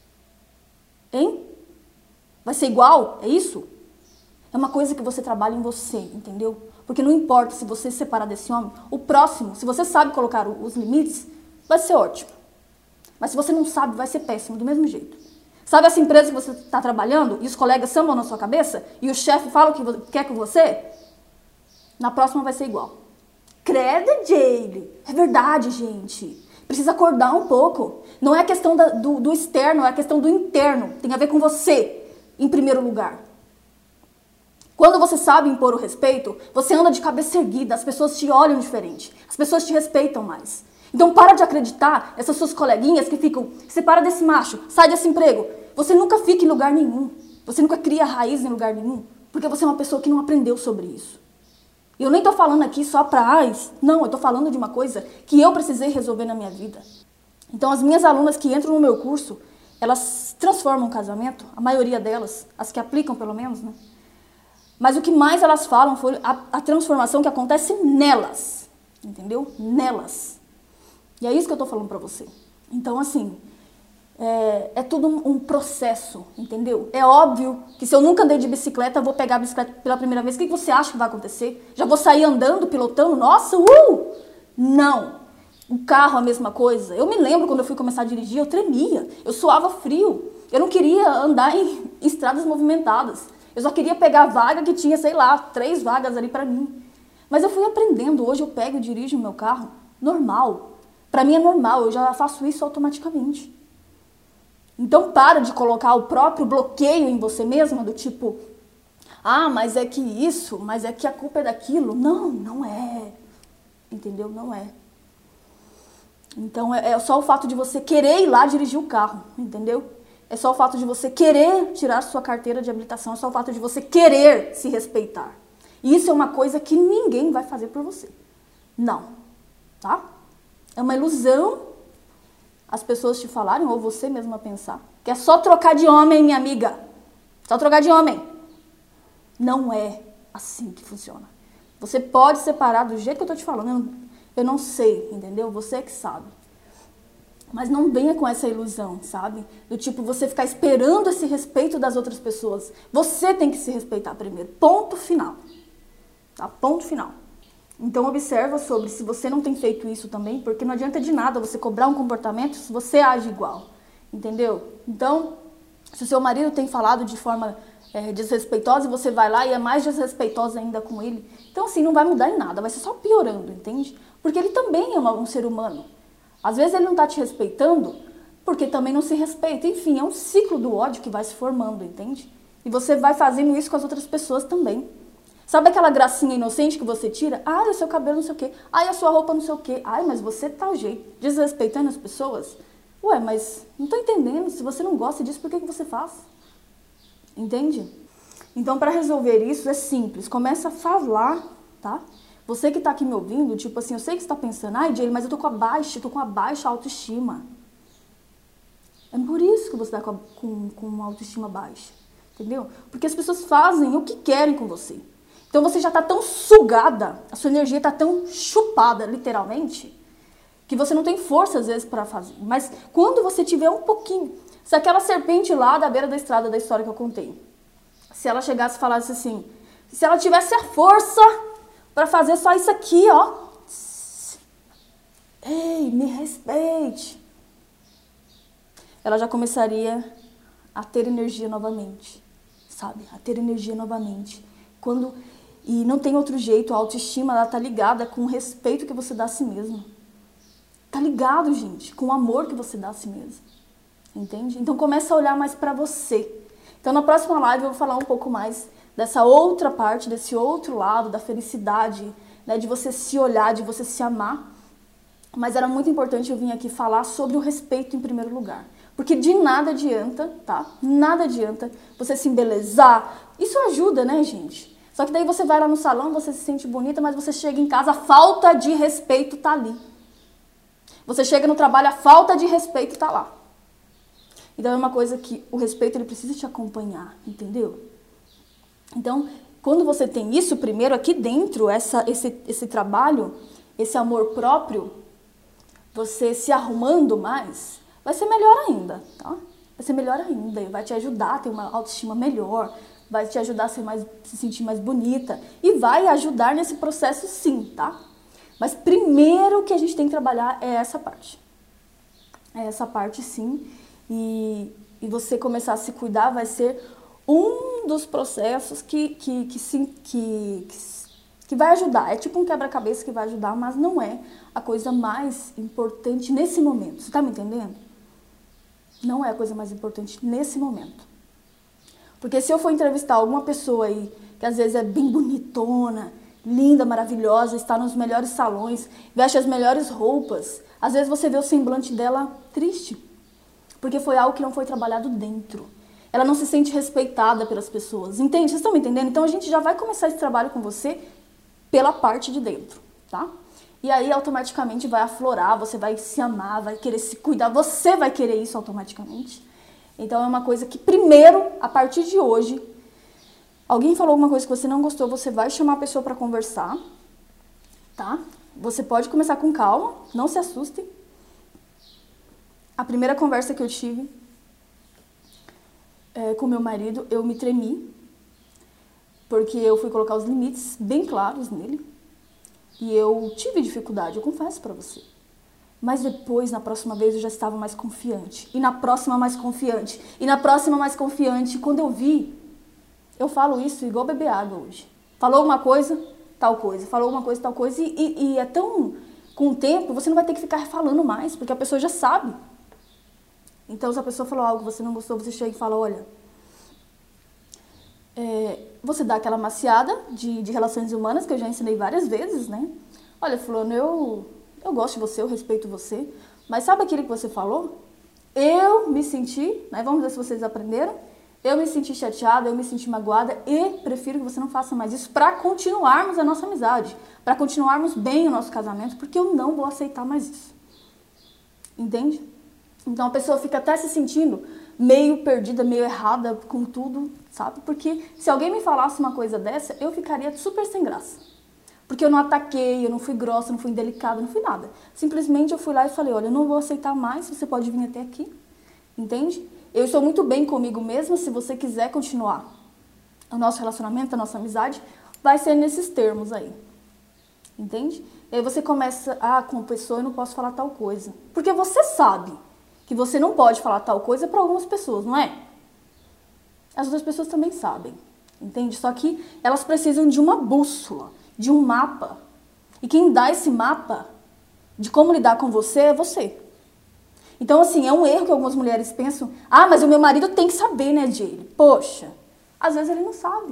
Hein? Vai ser igual? É isso? É uma coisa que você trabalha em você, entendeu? Porque não importa se você se separar desse homem, o próximo, se você sabe colocar os limites, vai ser ótimo. Mas se você não sabe, vai ser péssimo, do mesmo jeito. Sabe essa empresa que você está trabalhando e os colegas sambam na sua cabeça e o chefe fala o que quer com você? Na próxima vai ser igual. Credo, Jaylee. É verdade, gente. Precisa acordar um pouco. Não é a questão do externo, é a questão do interno. Tem a ver com você, em primeiro lugar. Quando você sabe impor o respeito, você anda de cabeça erguida, as pessoas te olham diferente, as pessoas te respeitam mais. Então para de acreditar nessas suas coleguinhas que ficam, separa desse macho, sai desse emprego. Você nunca fica em lugar nenhum, você nunca cria raiz em lugar nenhum, porque você é uma pessoa que não aprendeu sobre isso. E eu nem tô falando aqui só não, eu tô falando de uma coisa que eu precisei resolver na minha vida. Então as minhas alunas que entram no meu curso, elas transformam o casamento, a maioria delas, as que aplicam pelo menos, né? Mas o que mais elas falam foi a transformação que acontece nelas, entendeu? Nelas. E é isso que eu tô falando pra você. Então, assim, é tudo um processo, entendeu? É óbvio que se eu nunca andei de bicicleta, eu vou pegar a bicicleta pela primeira vez. O que você acha que vai acontecer? Já vou sair andando, pilotando? Nossa, Não. O carro, a mesma coisa. Eu me lembro quando eu fui começar a dirigir, eu tremia, eu suava frio. Eu não queria andar em estradas movimentadas. Eu só queria pegar a vaga que tinha, sei lá, 3 vagas ali pra mim. Mas eu fui aprendendo, hoje eu pego e dirijo o meu carro normal. Para mim é normal, eu já faço isso automaticamente. Então para de colocar o próprio bloqueio em você mesma, do tipo, ah, mas é que isso, mas é que a culpa é daquilo. Não, não é. Entendeu? Não é. Então é só o fato de você querer ir lá dirigir o carro, entendeu? É só o fato de você querer tirar sua carteira de habilitação, é só o fato de você querer se respeitar. E isso é uma coisa que ninguém vai fazer por você. Não. Tá? É uma ilusão as pessoas te falarem, ou você mesma pensar, que é só trocar de homem, minha amiga. Só trocar de homem. Não é assim que funciona. Você pode separar do jeito que eu tô te falando. Eu não sei, entendeu? Você é que sabe. Mas não venha com essa ilusão, sabe? Do tipo, você ficar esperando esse respeito das outras pessoas. Você tem que se respeitar primeiro. Ponto final. Tá? Ponto final. Então observa sobre se você não tem feito isso também, porque não adianta de nada você cobrar um comportamento se você age igual. Entendeu? Então, se o seu marido tem falado de forma desrespeitosa e você vai lá e é mais desrespeitosa ainda com ele, então assim, não vai mudar em nada, vai ser só piorando, entende? Porque ele também é um ser humano. Às vezes ele não tá te respeitando porque também não se respeita. Enfim, é um ciclo do ódio que vai se formando, entende? E você vai fazendo isso com as outras pessoas também. Sabe aquela gracinha inocente que você tira? Ai, o seu cabelo não sei o quê. Ai, a sua roupa não sei o quê. Ai, mas você tá o jeito. Desrespeitando as pessoas? Ué, mas não tô entendendo. Se você não gosta disso, por que você faz? Entende? Então, para resolver isso, é simples. Começa a falar, tá? Você que tá aqui me ouvindo, tipo assim, eu sei que você tá pensando, ai, Jay, mas eu tô com a baixa autoestima. É por isso que você tá com uma autoestima baixa. Entendeu? Porque as pessoas fazem o que querem com você. Então você já tá tão sugada, a sua energia tá tão chupada, literalmente, que você não tem força, às vezes, para fazer. Mas quando você tiver um pouquinho... Se aquela serpente lá da beira da estrada da história que eu contei, se ela chegasse e falasse assim, se ela tivesse a força para fazer só isso aqui, ó. Ei, me respeite. Ela já começaria a ter energia novamente, sabe? A ter energia novamente. E não tem outro jeito, a autoestima, ela tá ligada com o respeito que você dá a si mesmo. Tá ligado, gente, com o amor que você dá a si mesmo. Entende? Então começa a olhar mais pra você. Então na próxima live eu vou falar um pouco mais dessa outra parte, desse outro lado, da felicidade, né, de você se olhar, de você se amar. Mas era muito importante eu vir aqui falar sobre o respeito em primeiro lugar. Porque de nada adianta, tá? Nada adianta você se embelezar. Isso ajuda, né, gente? Só que daí você vai lá no salão, você se sente bonita, mas você chega em casa, a falta de respeito tá ali. Você chega no trabalho, a falta de respeito tá lá. Então é uma coisa que o respeito ele precisa te acompanhar, entendeu? Então, quando você tem isso primeiro aqui dentro, esse trabalho, esse amor próprio, você se arrumando mais, vai ser melhor ainda, tá? Vai ser melhor ainda, vai te ajudar a ter uma autoestima melhor, vai te ajudar a se sentir mais bonita e vai ajudar nesse processo sim, tá? Mas primeiro que a gente tem que trabalhar é essa parte. É essa parte sim, e você começar a se cuidar vai ser um dos processos que vai ajudar. É tipo um quebra-cabeça que vai ajudar, mas não é a coisa mais importante nesse momento. Você tá me entendendo? Não é a coisa mais importante nesse momento. Porque se eu for entrevistar alguma pessoa aí, que às vezes é bem bonitona, linda, maravilhosa, está nos melhores salões, veste as melhores roupas, às vezes você vê o semblante dela triste. Porque foi algo que não foi trabalhado dentro. Ela não se sente respeitada pelas pessoas. Entende? Vocês estão me entendendo? Então a gente já vai começar esse trabalho com você pela parte de dentro, tá? E aí automaticamente vai aflorar, você vai se amar, vai querer se cuidar, você vai querer isso automaticamente. Então é uma coisa que primeiro, a partir de hoje, alguém falou alguma coisa que você não gostou, você vai chamar a pessoa para conversar, tá? Você pode começar com calma, não se assustem. A primeira conversa que eu tive com meu marido, eu me tremi, porque eu fui colocar os limites bem claros nele, e eu tive dificuldade, eu confesso pra você. Mas depois, na próxima vez, eu já estava mais confiante, e na próxima mais confiante, e na próxima mais confiante. Quando eu vi, eu falo isso igual beber água hoje. Falou alguma coisa, tal coisa, falou uma coisa, tal coisa, e é tão... Com o tempo, você não vai ter que ficar falando mais, porque a pessoa já sabe. Então, se a pessoa falou algo que você não gostou, você chega e fala, olha... você dá aquela maciada de relações humanas, que eu já ensinei várias vezes, né? Olha, fulano, eu gosto de você, eu respeito você, mas sabe aquilo que você falou? Eu me senti, né? Vamos ver se vocês aprenderam. Eu me senti chateada, eu me senti magoada e prefiro que você não faça mais isso para continuarmos a nossa amizade, para continuarmos bem o nosso casamento, porque eu não vou aceitar mais isso. Entende? Então a pessoa fica até se sentindo meio perdida, meio errada com tudo, sabe? Porque se alguém me falasse uma coisa dessa, eu ficaria super sem graça. Porque eu não ataquei, eu não fui grossa, não fui indelicada, não fui nada. Simplesmente eu fui lá e falei, olha, eu não vou aceitar mais, você pode vir até aqui. Entende? Eu estou muito bem comigo mesma, se você quiser continuar o nosso relacionamento, a nossa amizade, vai ser nesses termos aí. Entende? E aí você começa, com a pessoa eu não posso falar tal coisa. Porque você sabe que você não pode falar tal coisa para algumas pessoas, não é? As outras pessoas também sabem, entende? Só que elas precisam de uma bússola, de um mapa. E quem dá esse mapa de como lidar com você é você. Então, assim, é um erro que algumas mulheres pensam, mas o meu marido tem que saber, né, Jaylee? Poxa, às vezes ele não sabe.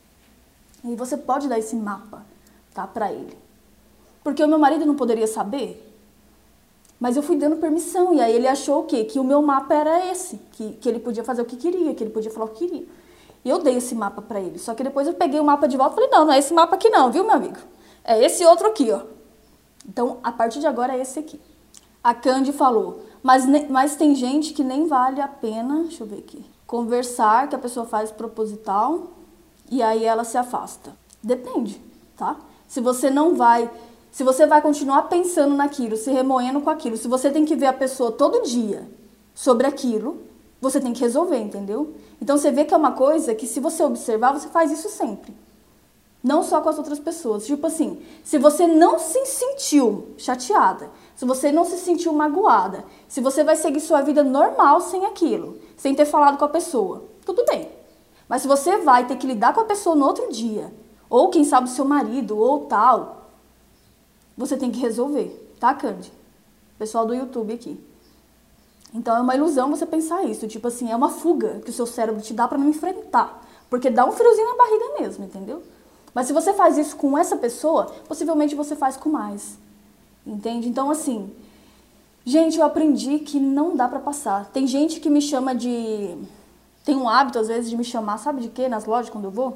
E você pode dar esse mapa, tá, pra ele. Porque o meu marido não poderia saber, mas eu fui dando permissão. E aí ele achou o quê? Que o meu mapa era esse, que ele podia fazer o que queria, que ele podia falar o que queria. E eu dei esse mapa pra ele. Só que depois eu peguei o mapa de volta e falei, não é esse mapa aqui não, viu, meu amigo? É esse outro aqui, ó. Então, a partir de agora é esse aqui. A Candy falou, mas tem gente que nem vale a pena, deixa eu ver aqui, conversar, que a pessoa faz proposital e aí ela se afasta. Depende, tá? Se você vai continuar pensando naquilo, se remoendo com aquilo, se você tem que ver a pessoa todo dia sobre aquilo, você tem que resolver, entendeu? Então você vê que é uma coisa que se você observar, você faz isso sempre. Não só com as outras pessoas. Tipo assim, se você não se sentiu chateada, se você não se sentiu magoada, se você vai seguir sua vida normal sem aquilo, sem ter falado com a pessoa, tudo bem. Mas se você vai ter que lidar com a pessoa no outro dia, ou quem sabe o seu marido, ou tal, você tem que resolver, tá, Candy? Pessoal do YouTube aqui. Então é uma ilusão você pensar isso, tipo assim, é uma fuga que o seu cérebro te dá pra não enfrentar, porque dá um friozinho na barriga mesmo, entendeu? Mas se você faz isso com essa pessoa, possivelmente você faz com mais. Entende? Então, assim, gente, eu aprendi que não dá pra passar. Tem gente que me chama de... Tem um hábito, às vezes, de me chamar, sabe de quê? Nas lojas, quando eu vou?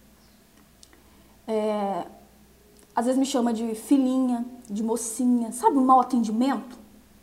Às vezes me chama de filhinha, de mocinha. Sabe, um mau atendimento?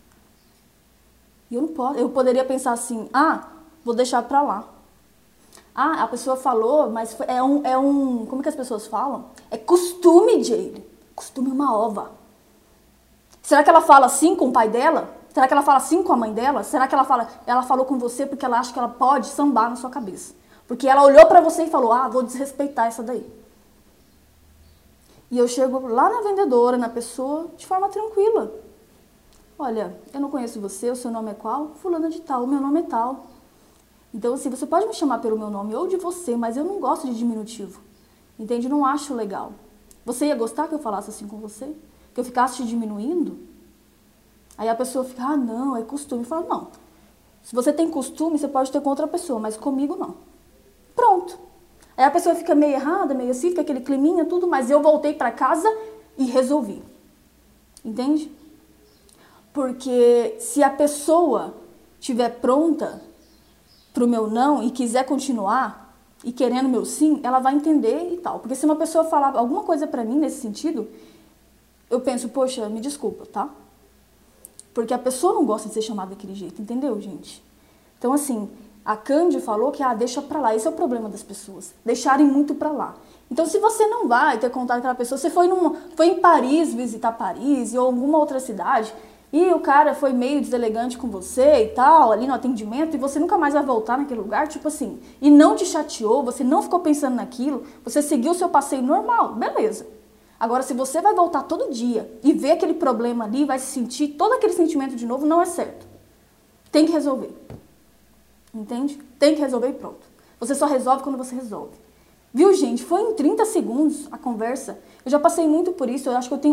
E eu não posso. Eu poderia pensar assim, vou deixar pra lá. A pessoa falou, mas como que as pessoas falam? É costume, Jaylee. Costume é uma ova. Será que ela fala assim com o pai dela? Será que ela fala assim com a mãe dela? Será que ela falou com você porque ela acha que ela pode sambar na sua cabeça? Porque ela olhou pra você e falou, vou desrespeitar essa daí. E eu chego lá na vendedora, na pessoa, de forma tranquila. Olha, eu não conheço você, o seu nome é qual? Fulana de tal, o meu nome é tal. Então, assim, você pode me chamar pelo meu nome ou de você, mas eu não gosto de diminutivo. Entende? Não acho legal. Você ia gostar que eu falasse assim com você? Que eu ficasse te diminuindo? Aí a pessoa fica, não, é costume. Eu falo, não. Se você tem costume, você pode ter com outra pessoa, mas comigo não. Pronto. Aí a pessoa fica meio errada, meio assim, fica aquele climinha, tudo, mas eu voltei pra casa e resolvi. Entende? Porque se a pessoa estiver pronta pro meu não e quiser continuar e querendo meu sim, ela vai entender e tal. Porque se uma pessoa falar alguma coisa pra mim nesse sentido, eu penso, poxa, me desculpa, tá? Porque a pessoa não gosta de ser chamada daquele jeito, entendeu, gente? Então, assim, a Candy falou que, deixa pra lá. Esse é o problema das pessoas, deixarem muito pra lá. Então, se você não vai ter contato com aquela pessoa, você foi em Paris, visitar Paris, ou alguma outra cidade, e o cara foi meio deselegante com você e tal, ali no atendimento, e você nunca mais vai voltar naquele lugar, tipo assim, e não te chateou, você não ficou pensando naquilo, você seguiu o seu passeio normal, beleza. Agora, se você vai voltar todo dia e ver aquele problema ali, vai sentir todo aquele sentimento de novo, não é certo. Tem que resolver. Entende? Tem que resolver e pronto. Você só resolve quando você resolve. Viu, gente? Foi em 30 segundos a conversa. Eu já passei muito por isso. Eu acho que eu tenho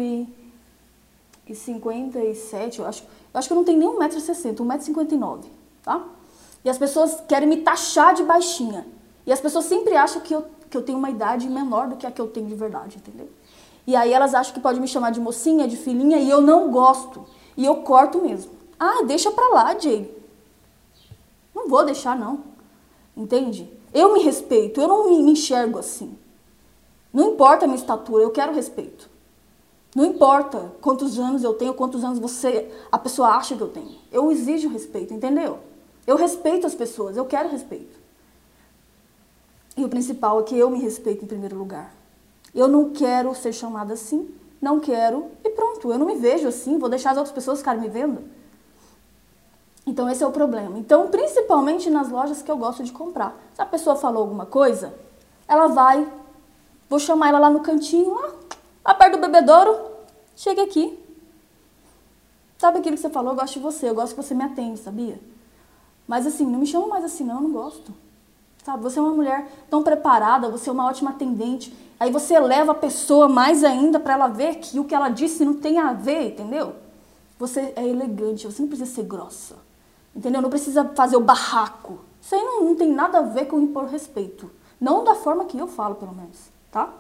1,57 m. Eu acho que eu não tenho nem 1,60 m, 1,59 m, tá? E as pessoas querem me taxar de baixinha. E as pessoas sempre acham que eu tenho uma idade menor do que a que eu tenho de verdade, entendeu? E aí elas acham que pode me chamar de mocinha, de filhinha, e eu não gosto. E eu corto mesmo. Ah, deixa pra lá, Jay. Não vou deixar, não. Entende? Eu me respeito, eu não me enxergo assim. Não importa a minha estatura, eu quero respeito. Não importa quantos anos eu tenho, quantos anos a pessoa acha que eu tenho. Eu exijo respeito, entendeu? Eu respeito as pessoas, eu quero respeito. E o principal é que eu me respeito em primeiro lugar. Eu não quero ser chamada assim, não quero, e pronto, eu não me vejo assim, vou deixar as outras pessoas ficarem me vendo. Então esse é o problema. Então, principalmente nas lojas que eu gosto de comprar. Se a pessoa falou alguma coisa, ela vai, vou chamar ela lá no cantinho, lá perto do bebedouro, chega aqui. Sabe aquilo que você falou? Eu gosto de você, eu gosto que você me atende, sabia? Mas assim, não me chama mais assim não, eu não gosto. Sabe, você é uma mulher tão preparada, você é uma ótima atendente. Aí você leva a pessoa mais ainda para ela ver que o que ela disse não tem a ver, entendeu? Você é elegante, você não precisa ser grossa. Entendeu? Não precisa fazer o barraco. Isso aí não tem nada a ver com impor respeito. Não da forma que eu falo, pelo menos, tá?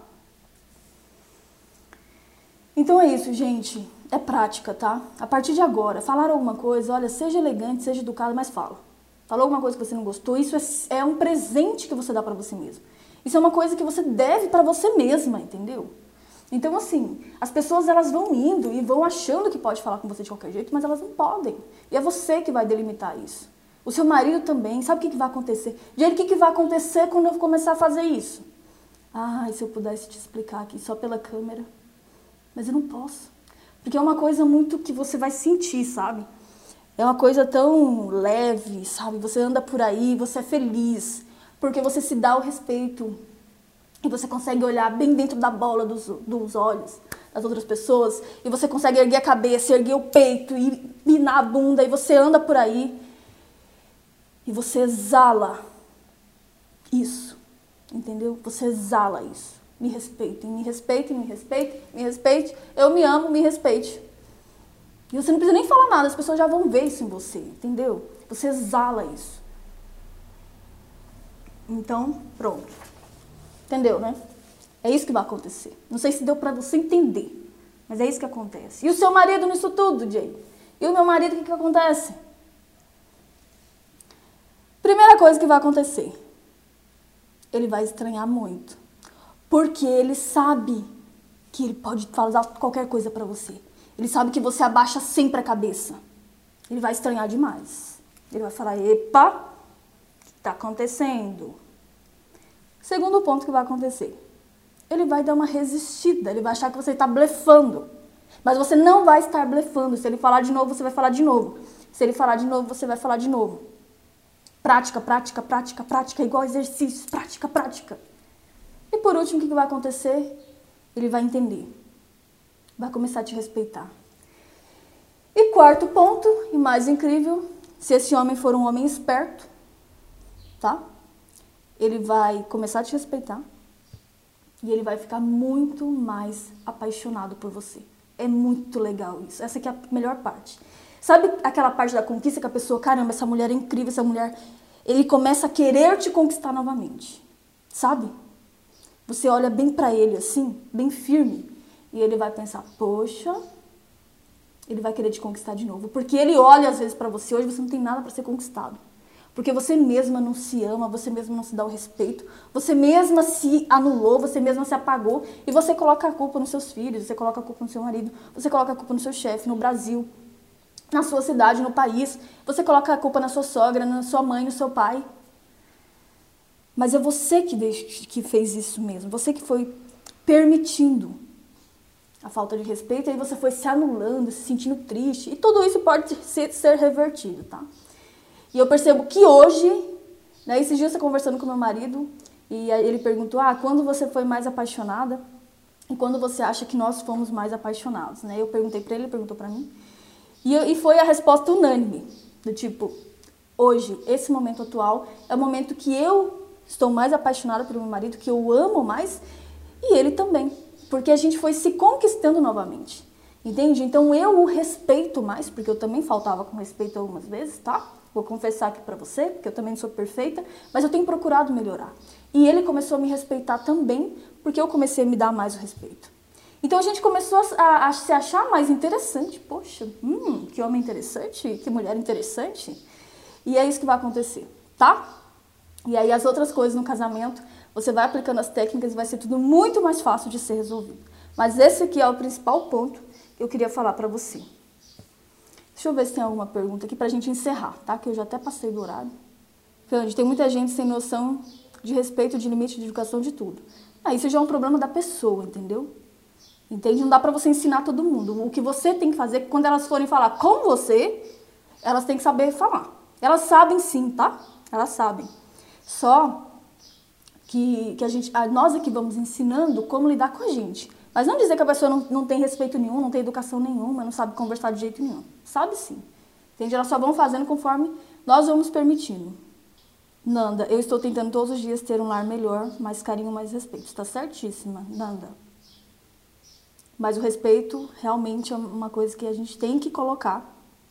Então é isso, gente. É prática, tá? A partir de agora, falar alguma coisa, olha, seja elegante, seja educado, mas fala. Falou alguma coisa que você não gostou, isso é um presente que você dá pra você mesmo. Isso é uma coisa que você deve pra você mesma, entendeu? Então, assim, as pessoas elas vão indo e vão achando que pode falar com você de qualquer jeito, mas elas não podem. E é você que vai delimitar isso. O seu marido também. Sabe o que vai acontecer? Gente, o que vai acontecer quando eu começar a fazer isso? Ai, se eu pudesse te explicar aqui só pela câmera. Mas eu não posso. Porque é uma coisa muito que você vai sentir, sabe? É uma coisa tão leve, sabe? Você anda por aí, você é feliz. Porque você se dá o respeito. E você consegue olhar bem dentro da bola dos olhos das outras pessoas. E você consegue erguer a cabeça, erguer o peito e pinar a bunda. E você anda por aí. E você exala isso. Entendeu? Você exala isso. Me respeitem, me respeitem, me respeitem, me respeite. Eu me amo, me respeite. E você não precisa nem falar nada. As pessoas já vão ver isso em você. Entendeu? Você exala isso. Então, pronto. Entendeu, né? É isso que vai acontecer. Não sei se deu pra você entender, mas é isso que acontece. E o seu marido nisso tudo, Jay? E o meu marido, o que acontece? Primeira coisa que vai acontecer. Ele vai estranhar muito. Porque ele sabe que ele pode falar qualquer coisa pra você. Ele sabe que você abaixa sempre a cabeça. Ele vai estranhar demais. Ele vai falar, epa, o que tá acontecendo? Segundo ponto que vai acontecer, ele vai dar uma resistida, ele vai achar que você está blefando. Mas você não vai estar blefando. Se ele falar de novo, você vai falar de novo. Se ele falar de novo, você vai falar de novo. Prática, prática, prática, prática, igual exercícios, prática, prática. E por último, o que vai acontecer? Ele vai entender. Vai começar a te respeitar. E quarto ponto, e mais incrível, se esse homem for um homem esperto, tá? Ele vai começar a te respeitar e ele vai ficar muito mais apaixonado por você. É muito legal isso. Essa aqui é a melhor parte. Sabe aquela parte da conquista que a pessoa, caramba, essa mulher é incrível, essa mulher... Ele começa a querer te conquistar novamente. Sabe? Você olha bem pra ele assim, bem firme, e ele vai pensar, poxa, ele vai querer te conquistar de novo. Porque ele olha às vezes pra você, hoje você não tem nada pra ser conquistado. Porque você mesma não se ama, você mesma não se dá o respeito, você mesma se anulou, você mesma se apagou e você coloca a culpa nos seus filhos, você coloca a culpa no seu marido, você coloca a culpa no seu chefe, no Brasil, na sua cidade, no país, você coloca a culpa na sua sogra, na sua mãe, no seu pai. Mas é você que fez isso mesmo, você que foi permitindo a falta de respeito, aí você foi se anulando, se sentindo triste, e tudo isso pode ser revertido, tá? E eu percebo que hoje, né, esses dias eu estou conversando com meu marido, e aí ele perguntou, quando você foi mais apaixonada? E quando você acha que nós fomos mais apaixonados, né? Eu perguntei para ele, ele perguntou para mim. E foi a resposta unânime, do tipo, hoje, esse momento atual, é o momento que eu estou mais apaixonada pelo meu marido, que eu amo mais, e ele também, porque a gente foi se conquistando novamente, entende? Então eu o respeito mais, porque eu também faltava com respeito algumas vezes, tá? Vou confessar aqui pra você, porque eu também não sou perfeita, mas eu tenho procurado melhorar. E ele começou a me respeitar também, porque eu comecei a me dar mais o respeito. Então a gente começou a se achar mais interessante. Poxa, que homem interessante, que mulher interessante. E é isso que vai acontecer, tá? E aí as outras coisas no casamento, você vai aplicando as técnicas e vai ser tudo muito mais fácil de ser resolvido. Mas esse aqui é o principal ponto que eu queria falar pra você. Deixa eu ver se tem alguma pergunta aqui pra gente encerrar, tá? Que eu já até passei do horário. Cândido, tem muita gente sem noção de respeito, de limite, de educação, de tudo. Isso já é um problema da pessoa, entendeu? Entende? Não dá pra você ensinar todo mundo. O que você tem que fazer é que quando elas forem falar com você, elas têm que saber falar. Elas sabem sim, tá? Elas sabem. Só que nós aqui vamos ensinando como lidar com a gente. Mas não dizer que a pessoa não tem respeito nenhum, não tem educação nenhuma, não sabe conversar de jeito nenhum. Sabe sim. Entende? Elas só vão fazendo conforme nós vamos permitindo. Nanda, eu estou tentando todos os dias ter um lar melhor, mais carinho, mais respeito. Está certíssima, Nanda. Mas o respeito realmente é uma coisa que a gente tem que colocar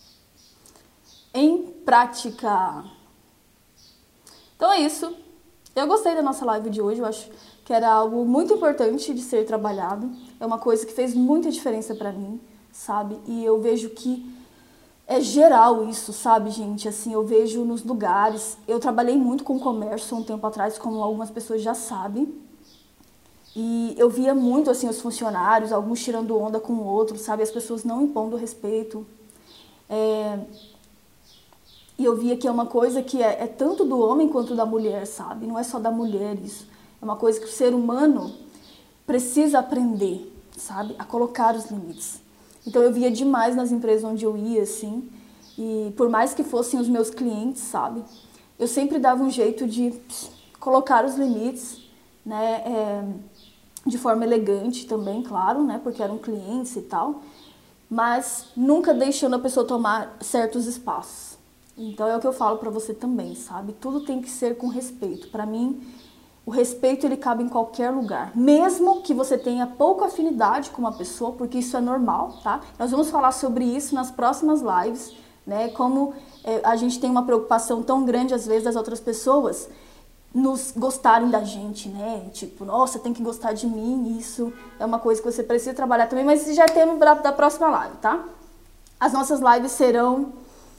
em prática. Então é isso. Eu gostei da nossa live de hoje, eu acho que era algo muito importante de ser trabalhado. É uma coisa que fez muita diferença pra mim, sabe? E eu vejo que é geral isso, sabe, gente? Assim, eu vejo nos lugares. Eu trabalhei muito com comércio um tempo atrás, como algumas pessoas já sabem. E eu via muito, assim, os funcionários, alguns tirando onda com o outro, sabe? As pessoas não impondo respeito. E eu via que é uma coisa que é tanto do homem quanto da mulher, sabe? Não é só da mulher isso. É uma coisa que o ser humano precisa aprender, sabe? A colocar os limites. Então eu via demais nas empresas onde eu ia, assim. E por mais que fossem os meus clientes, sabe? Eu sempre dava um jeito de colocar os limites, né? De forma elegante também, claro, né? Porque eram clientes e tal. Mas nunca deixando a pessoa tomar certos espaços. Então é o que eu falo pra você também, sabe? Tudo tem que ser com respeito. Pra mim, o respeito ele cabe em qualquer lugar. Mesmo que você tenha pouca afinidade com uma pessoa, porque isso é normal, tá? Nós vamos falar sobre isso nas próximas lives, né? Como a gente tem uma preocupação tão grande às vezes das outras pessoas nos gostarem da gente, né? Tipo, nossa, tem que gostar de mim, isso é uma coisa que você precisa trabalhar também, mas isso já é tema da próxima live, tá? As nossas lives serão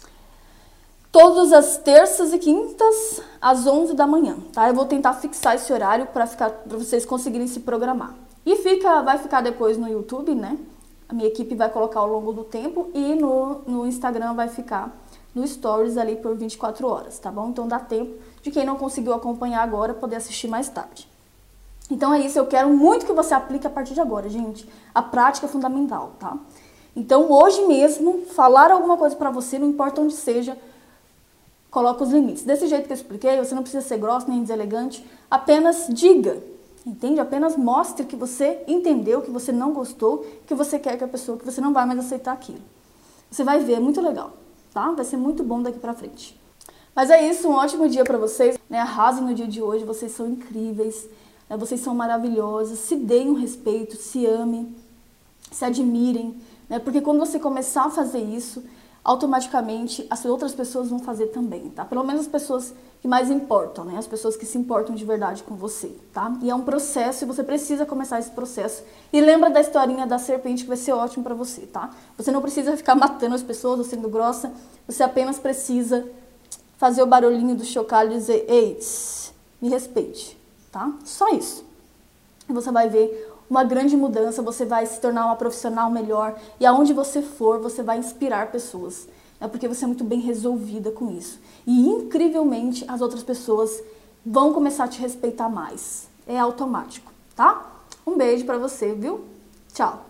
todas as terças e quintas, às 11 da manhã, tá? Eu vou tentar fixar esse horário para vocês conseguirem se programar. E vai ficar depois no YouTube, né? A minha equipe vai colocar ao longo do tempo e no Instagram vai ficar no Stories ali por 24 horas, tá bom? Então dá tempo de quem não conseguiu acompanhar agora poder assistir mais tarde. Então é isso, eu quero muito que você aplique a partir de agora, gente. A prática é fundamental, tá? Então hoje mesmo, falar alguma coisa pra você, não importa onde seja, coloca os limites. Desse jeito que eu expliquei, você não precisa ser grosso nem deselegante, apenas diga, entende? Apenas mostre que você entendeu, que você não gostou, que você quer que a pessoa, que você não vai mais aceitar aquilo. Você vai ver, é muito legal, tá? Vai ser muito bom daqui pra frente. Mas é isso, um ótimo dia pra vocês, né? Arrasem no dia de hoje, vocês são incríveis, né? Vocês são maravilhosos, se deem um respeito, se amem, se admirem, né? Porque quando você começar a fazer isso, automaticamente as outras pessoas vão fazer também, tá? Pelo menos as pessoas que mais importam, né? As pessoas que se importam de verdade com você, tá? E é um processo e você precisa começar esse processo. E lembra da historinha da serpente que vai ser ótimo pra você, tá? Você não precisa ficar matando as pessoas ou sendo grossa, você apenas precisa fazer o barulhinho do chocalho e dizer, ei, me respeite, tá? Só isso. E você vai ver uma grande mudança, você vai se tornar uma profissional melhor e aonde você for, você vai inspirar pessoas, né? Porque você é muito bem resolvida com isso. E incrivelmente as outras pessoas vão começar a te respeitar mais. É automático, tá? Um beijo pra você, viu? Tchau!